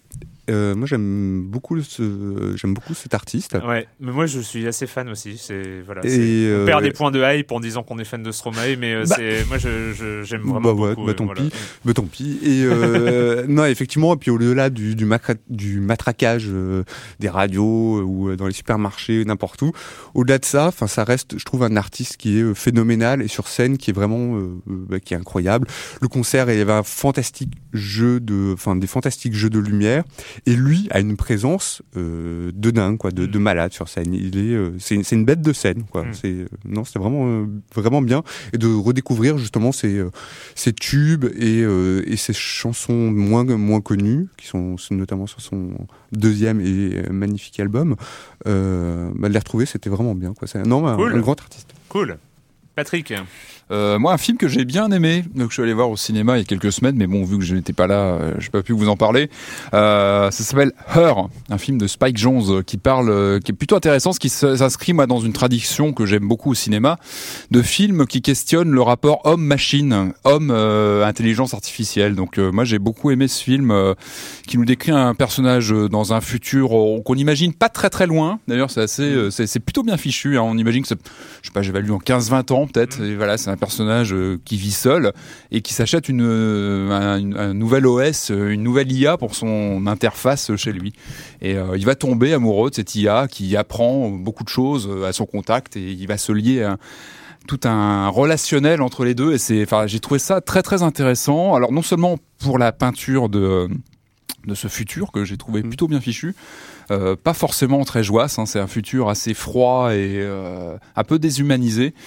Speaker 4: Euh, moi, j'aime beaucoup, ce, j'aime beaucoup cet artiste.
Speaker 1: Ouais, mais moi, je suis assez fan aussi. C'est, voilà,
Speaker 4: Et
Speaker 1: c'est,
Speaker 4: euh,
Speaker 1: on perd des points de hype en disant qu'on est fan de Stromae, mais euh,
Speaker 4: bah,
Speaker 1: c'est, moi, je, je, j'aime vraiment
Speaker 4: bah ouais,
Speaker 1: beaucoup.
Speaker 4: bah
Speaker 1: euh,
Speaker 4: tant
Speaker 1: voilà.
Speaker 4: pis, bah tant pis. Et euh, non, effectivement, et puis au-delà du, du, macra- du matraquage euh, des radios euh, ou euh, dans les supermarchés, n'importe où, au-delà de ça, enfin, ça reste, je trouve, un artiste qui est euh, phénoménal et sur scène qui est vraiment, euh, bah, qui est incroyable. Le concert, il y avait un fantastique jeu de, enfin, des fantastiques jeux de lumière, et lui a une présence euh, de dingue, quoi, de, de malade sur scène. Il est, euh, c'est, c'est une bête de scène, quoi.
Speaker 1: Mm.
Speaker 4: C'est, euh, non, c'est vraiment, euh, vraiment bien, et de redécouvrir justement ces, euh, ces tubes et, euh, et ces chansons moins, moins connues, qui sont notamment sur son deuxième et euh, magnifique album. Euh, bah, de les retrouver, c'était vraiment bien, quoi. C'est, non, un,
Speaker 1: Cool.
Speaker 4: un grand artiste.
Speaker 1: Cool. Patrick.
Speaker 6: Euh, moi, un film que j'ai bien aimé, donc je suis allé voir au cinéma il y a quelques semaines, mais bon, vu que je n'étais pas là, euh, j'ai pas pu vous en parler. Euh, ça s'appelle Her, un film de Spike Jonze qui parle, euh, qui est plutôt intéressant, ce qui s'inscrit moi dans une tradition que j'aime beaucoup au cinéma, de films qui questionnent le rapport homme-machine, homme-intelligence artificielle. Donc euh, moi, j'ai beaucoup aimé ce film euh, qui nous décrit un personnage dans un futur euh, qu'on imagine pas très très loin. D'ailleurs, c'est assez, euh, c'est, c'est plutôt bien fichu. Hein. On imagine que, c'est, je sais pas, j'évalue en quinze vingt ans peut-être. Et voilà, c'est un personnage euh, qui vit seul et qui s'achète une, euh, un, un nouvel O S, une nouvelle I A pour son interface chez lui. Et euh, il va tomber amoureux de cette I A qui apprend beaucoup de choses à son contact et il va se lier à tout un relationnel entre les deux. Et c'est, enfin, j'ai trouvé ça très très intéressant. Alors non seulement pour la peinture de de ce futur que j'ai trouvé plutôt bien fichu. Euh, pas forcément très joyeux, hein, c'est un futur assez froid et euh, un peu déshumanisé.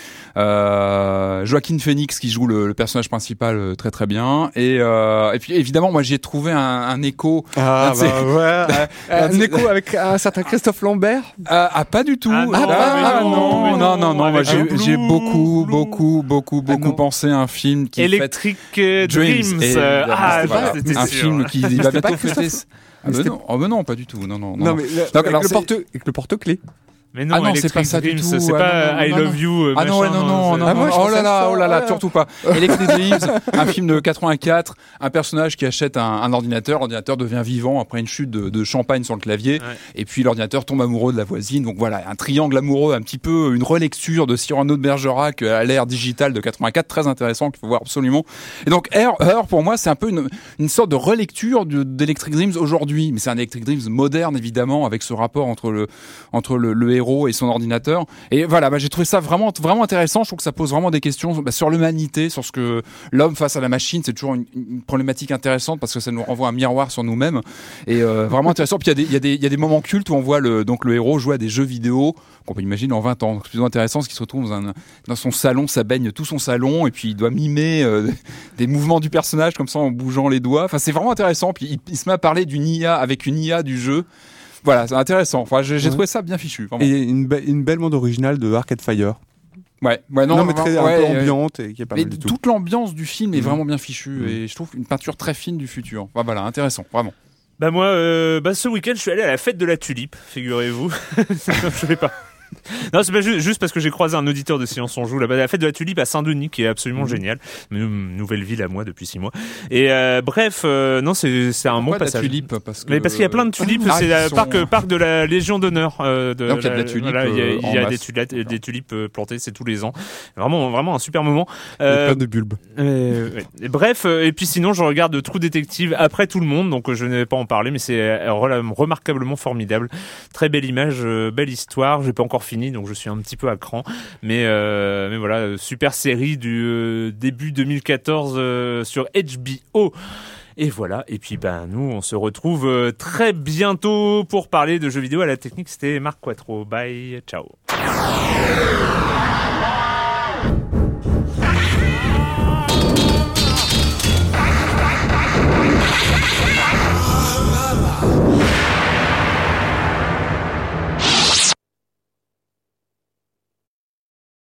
Speaker 6: Euh, Joaquin Phoenix qui joue le, le personnage principal euh, très très bien. Et, euh, et puis évidemment, moi j'y ai trouvé un, un écho.
Speaker 4: Ah,
Speaker 6: un,
Speaker 4: bah ouais. Un, un écho avec un certain Christophe Lambert.
Speaker 6: Ah, ah pas du tout.
Speaker 1: Ah, non,
Speaker 6: ah,
Speaker 1: non,
Speaker 6: non, non, non, non. Moi, j'ai,
Speaker 1: Blue,
Speaker 6: j'ai beaucoup,
Speaker 1: Blue.
Speaker 6: beaucoup, beaucoup, beaucoup
Speaker 4: non.
Speaker 6: pensé à un film qui
Speaker 1: Electric
Speaker 6: fait...
Speaker 1: Dreams.
Speaker 6: Et,
Speaker 1: euh, ah,
Speaker 6: voilà,
Speaker 1: c'était
Speaker 6: un
Speaker 1: sûr.
Speaker 6: film qui il va
Speaker 4: C'était pas
Speaker 6: bientôt fêter.
Speaker 4: Christophe.
Speaker 6: Ah ben non, oh ben non, pas du tout. Non, non, non.
Speaker 4: Non, mais le,
Speaker 6: Donc,
Speaker 4: avec,
Speaker 6: alors,
Speaker 4: le
Speaker 6: c'est-
Speaker 4: porte, avec le porte-clés.
Speaker 1: Mais non,
Speaker 6: Ah non,
Speaker 1: Electric
Speaker 6: c'est pas ça du
Speaker 1: Dreams,
Speaker 6: tout.
Speaker 1: c'est
Speaker 6: Ah
Speaker 1: pas
Speaker 6: non, non,
Speaker 1: I
Speaker 6: non,
Speaker 1: Love
Speaker 6: non.
Speaker 1: You. euh,
Speaker 6: Ah non, ouais,
Speaker 1: machin,
Speaker 6: non, non,
Speaker 1: c'est-
Speaker 6: non,
Speaker 4: Ah,
Speaker 6: non,
Speaker 4: moi, je
Speaker 6: oh
Speaker 4: pensais
Speaker 6: là
Speaker 4: à
Speaker 6: là,
Speaker 4: ça,
Speaker 6: oh là là,
Speaker 4: ouais.
Speaker 6: surtout pas. Electric Dreams, un film de quatre-vingt-quatre, un personnage qui achète un, un ordinateur, l'ordinateur devient vivant après une chute de, de champagne sur le clavier,
Speaker 1: Ouais.
Speaker 6: et puis l'ordinateur tombe amoureux de la voisine. Donc voilà, un triangle amoureux, un petit peu une relecture de Cyrano de Bergerac à l'ère digitale de quatre-vingt-quatre, très intéressant qu'il faut voir absolument. Et donc Her, Her pour moi, c'est un peu une, une sorte de relecture de- d'Electric Dreams aujourd'hui, mais c'est un Electric Dreams moderne évidemment, avec ce rapport entre le entre le, le héros et son ordinateur. Et voilà, bah, j'ai trouvé ça vraiment vraiment intéressant. Je trouve que ça pose vraiment des questions bah, sur l'humanité, sur ce que l'homme face à la machine. C'est toujours une, une problématique intéressante parce que ça nous renvoie un miroir sur nous-mêmes. Et euh, vraiment intéressant. Puis il y a des il y a des il y a des moments cultes où on voit le donc le héros jouer à des jeux vidéo qu'on peut imaginer en vingt ans. Donc, c'est plutôt intéressant parce qu'il se retrouve dans, un, dans son salon, ça baigne tout son salon et puis il doit mimer euh, des mouvements du personnage comme ça en bougeant les doigts. Enfin, c'est vraiment intéressant. Puis il, il se met à parler d'une I A avec une I A du jeu. Voilà, c'est intéressant. Enfin, j'ai, j'ai
Speaker 4: Ouais.
Speaker 6: trouvé ça bien fichu. Vraiment.
Speaker 4: Et une, be- une belle bande originale de Arcade Fire.
Speaker 6: Ouais, ouais, non,
Speaker 4: Non, mais très,
Speaker 6: ouais,
Speaker 4: un peu
Speaker 6: euh,
Speaker 4: ambiante et qui est pas
Speaker 6: Mais
Speaker 4: mal du tout.
Speaker 6: toute l'ambiance du film est
Speaker 4: Mhm.
Speaker 6: vraiment bien fichue
Speaker 4: Mhm.
Speaker 6: et je trouve une peinture très fine du futur. Enfin, voilà, intéressant, vraiment.
Speaker 1: Bah moi, euh, bah ce week-end, je suis allé à la fête de la tulipe, figurez-vous. Je sais pas. Non, c'est pas ju- juste parce que j'ai croisé un auditeur de Silence on Joue là-bas. La fête de la tulipe à Saint-Denis, qui est absolument
Speaker 6: Mhm.
Speaker 1: géniale. Une nouvelle ville à moi depuis six mois. Et euh, bref, euh, non, c'est c'est un bon
Speaker 6: Pourquoi de la
Speaker 1: passage.
Speaker 6: tulipe parce que
Speaker 1: Mais parce qu'il y a plein de tulipes,
Speaker 6: Ah,
Speaker 1: c'est
Speaker 6: qui
Speaker 1: le
Speaker 6: sont-
Speaker 1: parc, parc de la Légion d'honneur. Euh, de
Speaker 6: Donc, il y a de la
Speaker 1: la-
Speaker 6: tulipe,
Speaker 1: voilà, il y a,
Speaker 6: euh,
Speaker 1: il y a
Speaker 6: en
Speaker 1: des,
Speaker 6: masse.
Speaker 1: tulipes, des tulipes euh, plantées, c'est tous les ans. Vraiment, vraiment un super moment.
Speaker 4: Et
Speaker 1: Euh,
Speaker 4: plein de bulbes.
Speaker 1: euh, ouais. Et bref, euh, et puis sinon, je regarde True Detective après tout le monde, donc euh, je ne vais pas en parler, mais c'est euh, rela- remarquablement formidable. Très belle image, euh, belle histoire. J'ai pas encore fini, donc je suis un petit peu à cran. Mais, euh, mais voilà, euh, super série du euh, début deux mille quatorze euh, sur H B O. Et voilà, et puis ben nous, on se retrouve euh, très bientôt pour parler de jeux vidéo. À la technique, c'était Marc Quattro. Bye, ciao.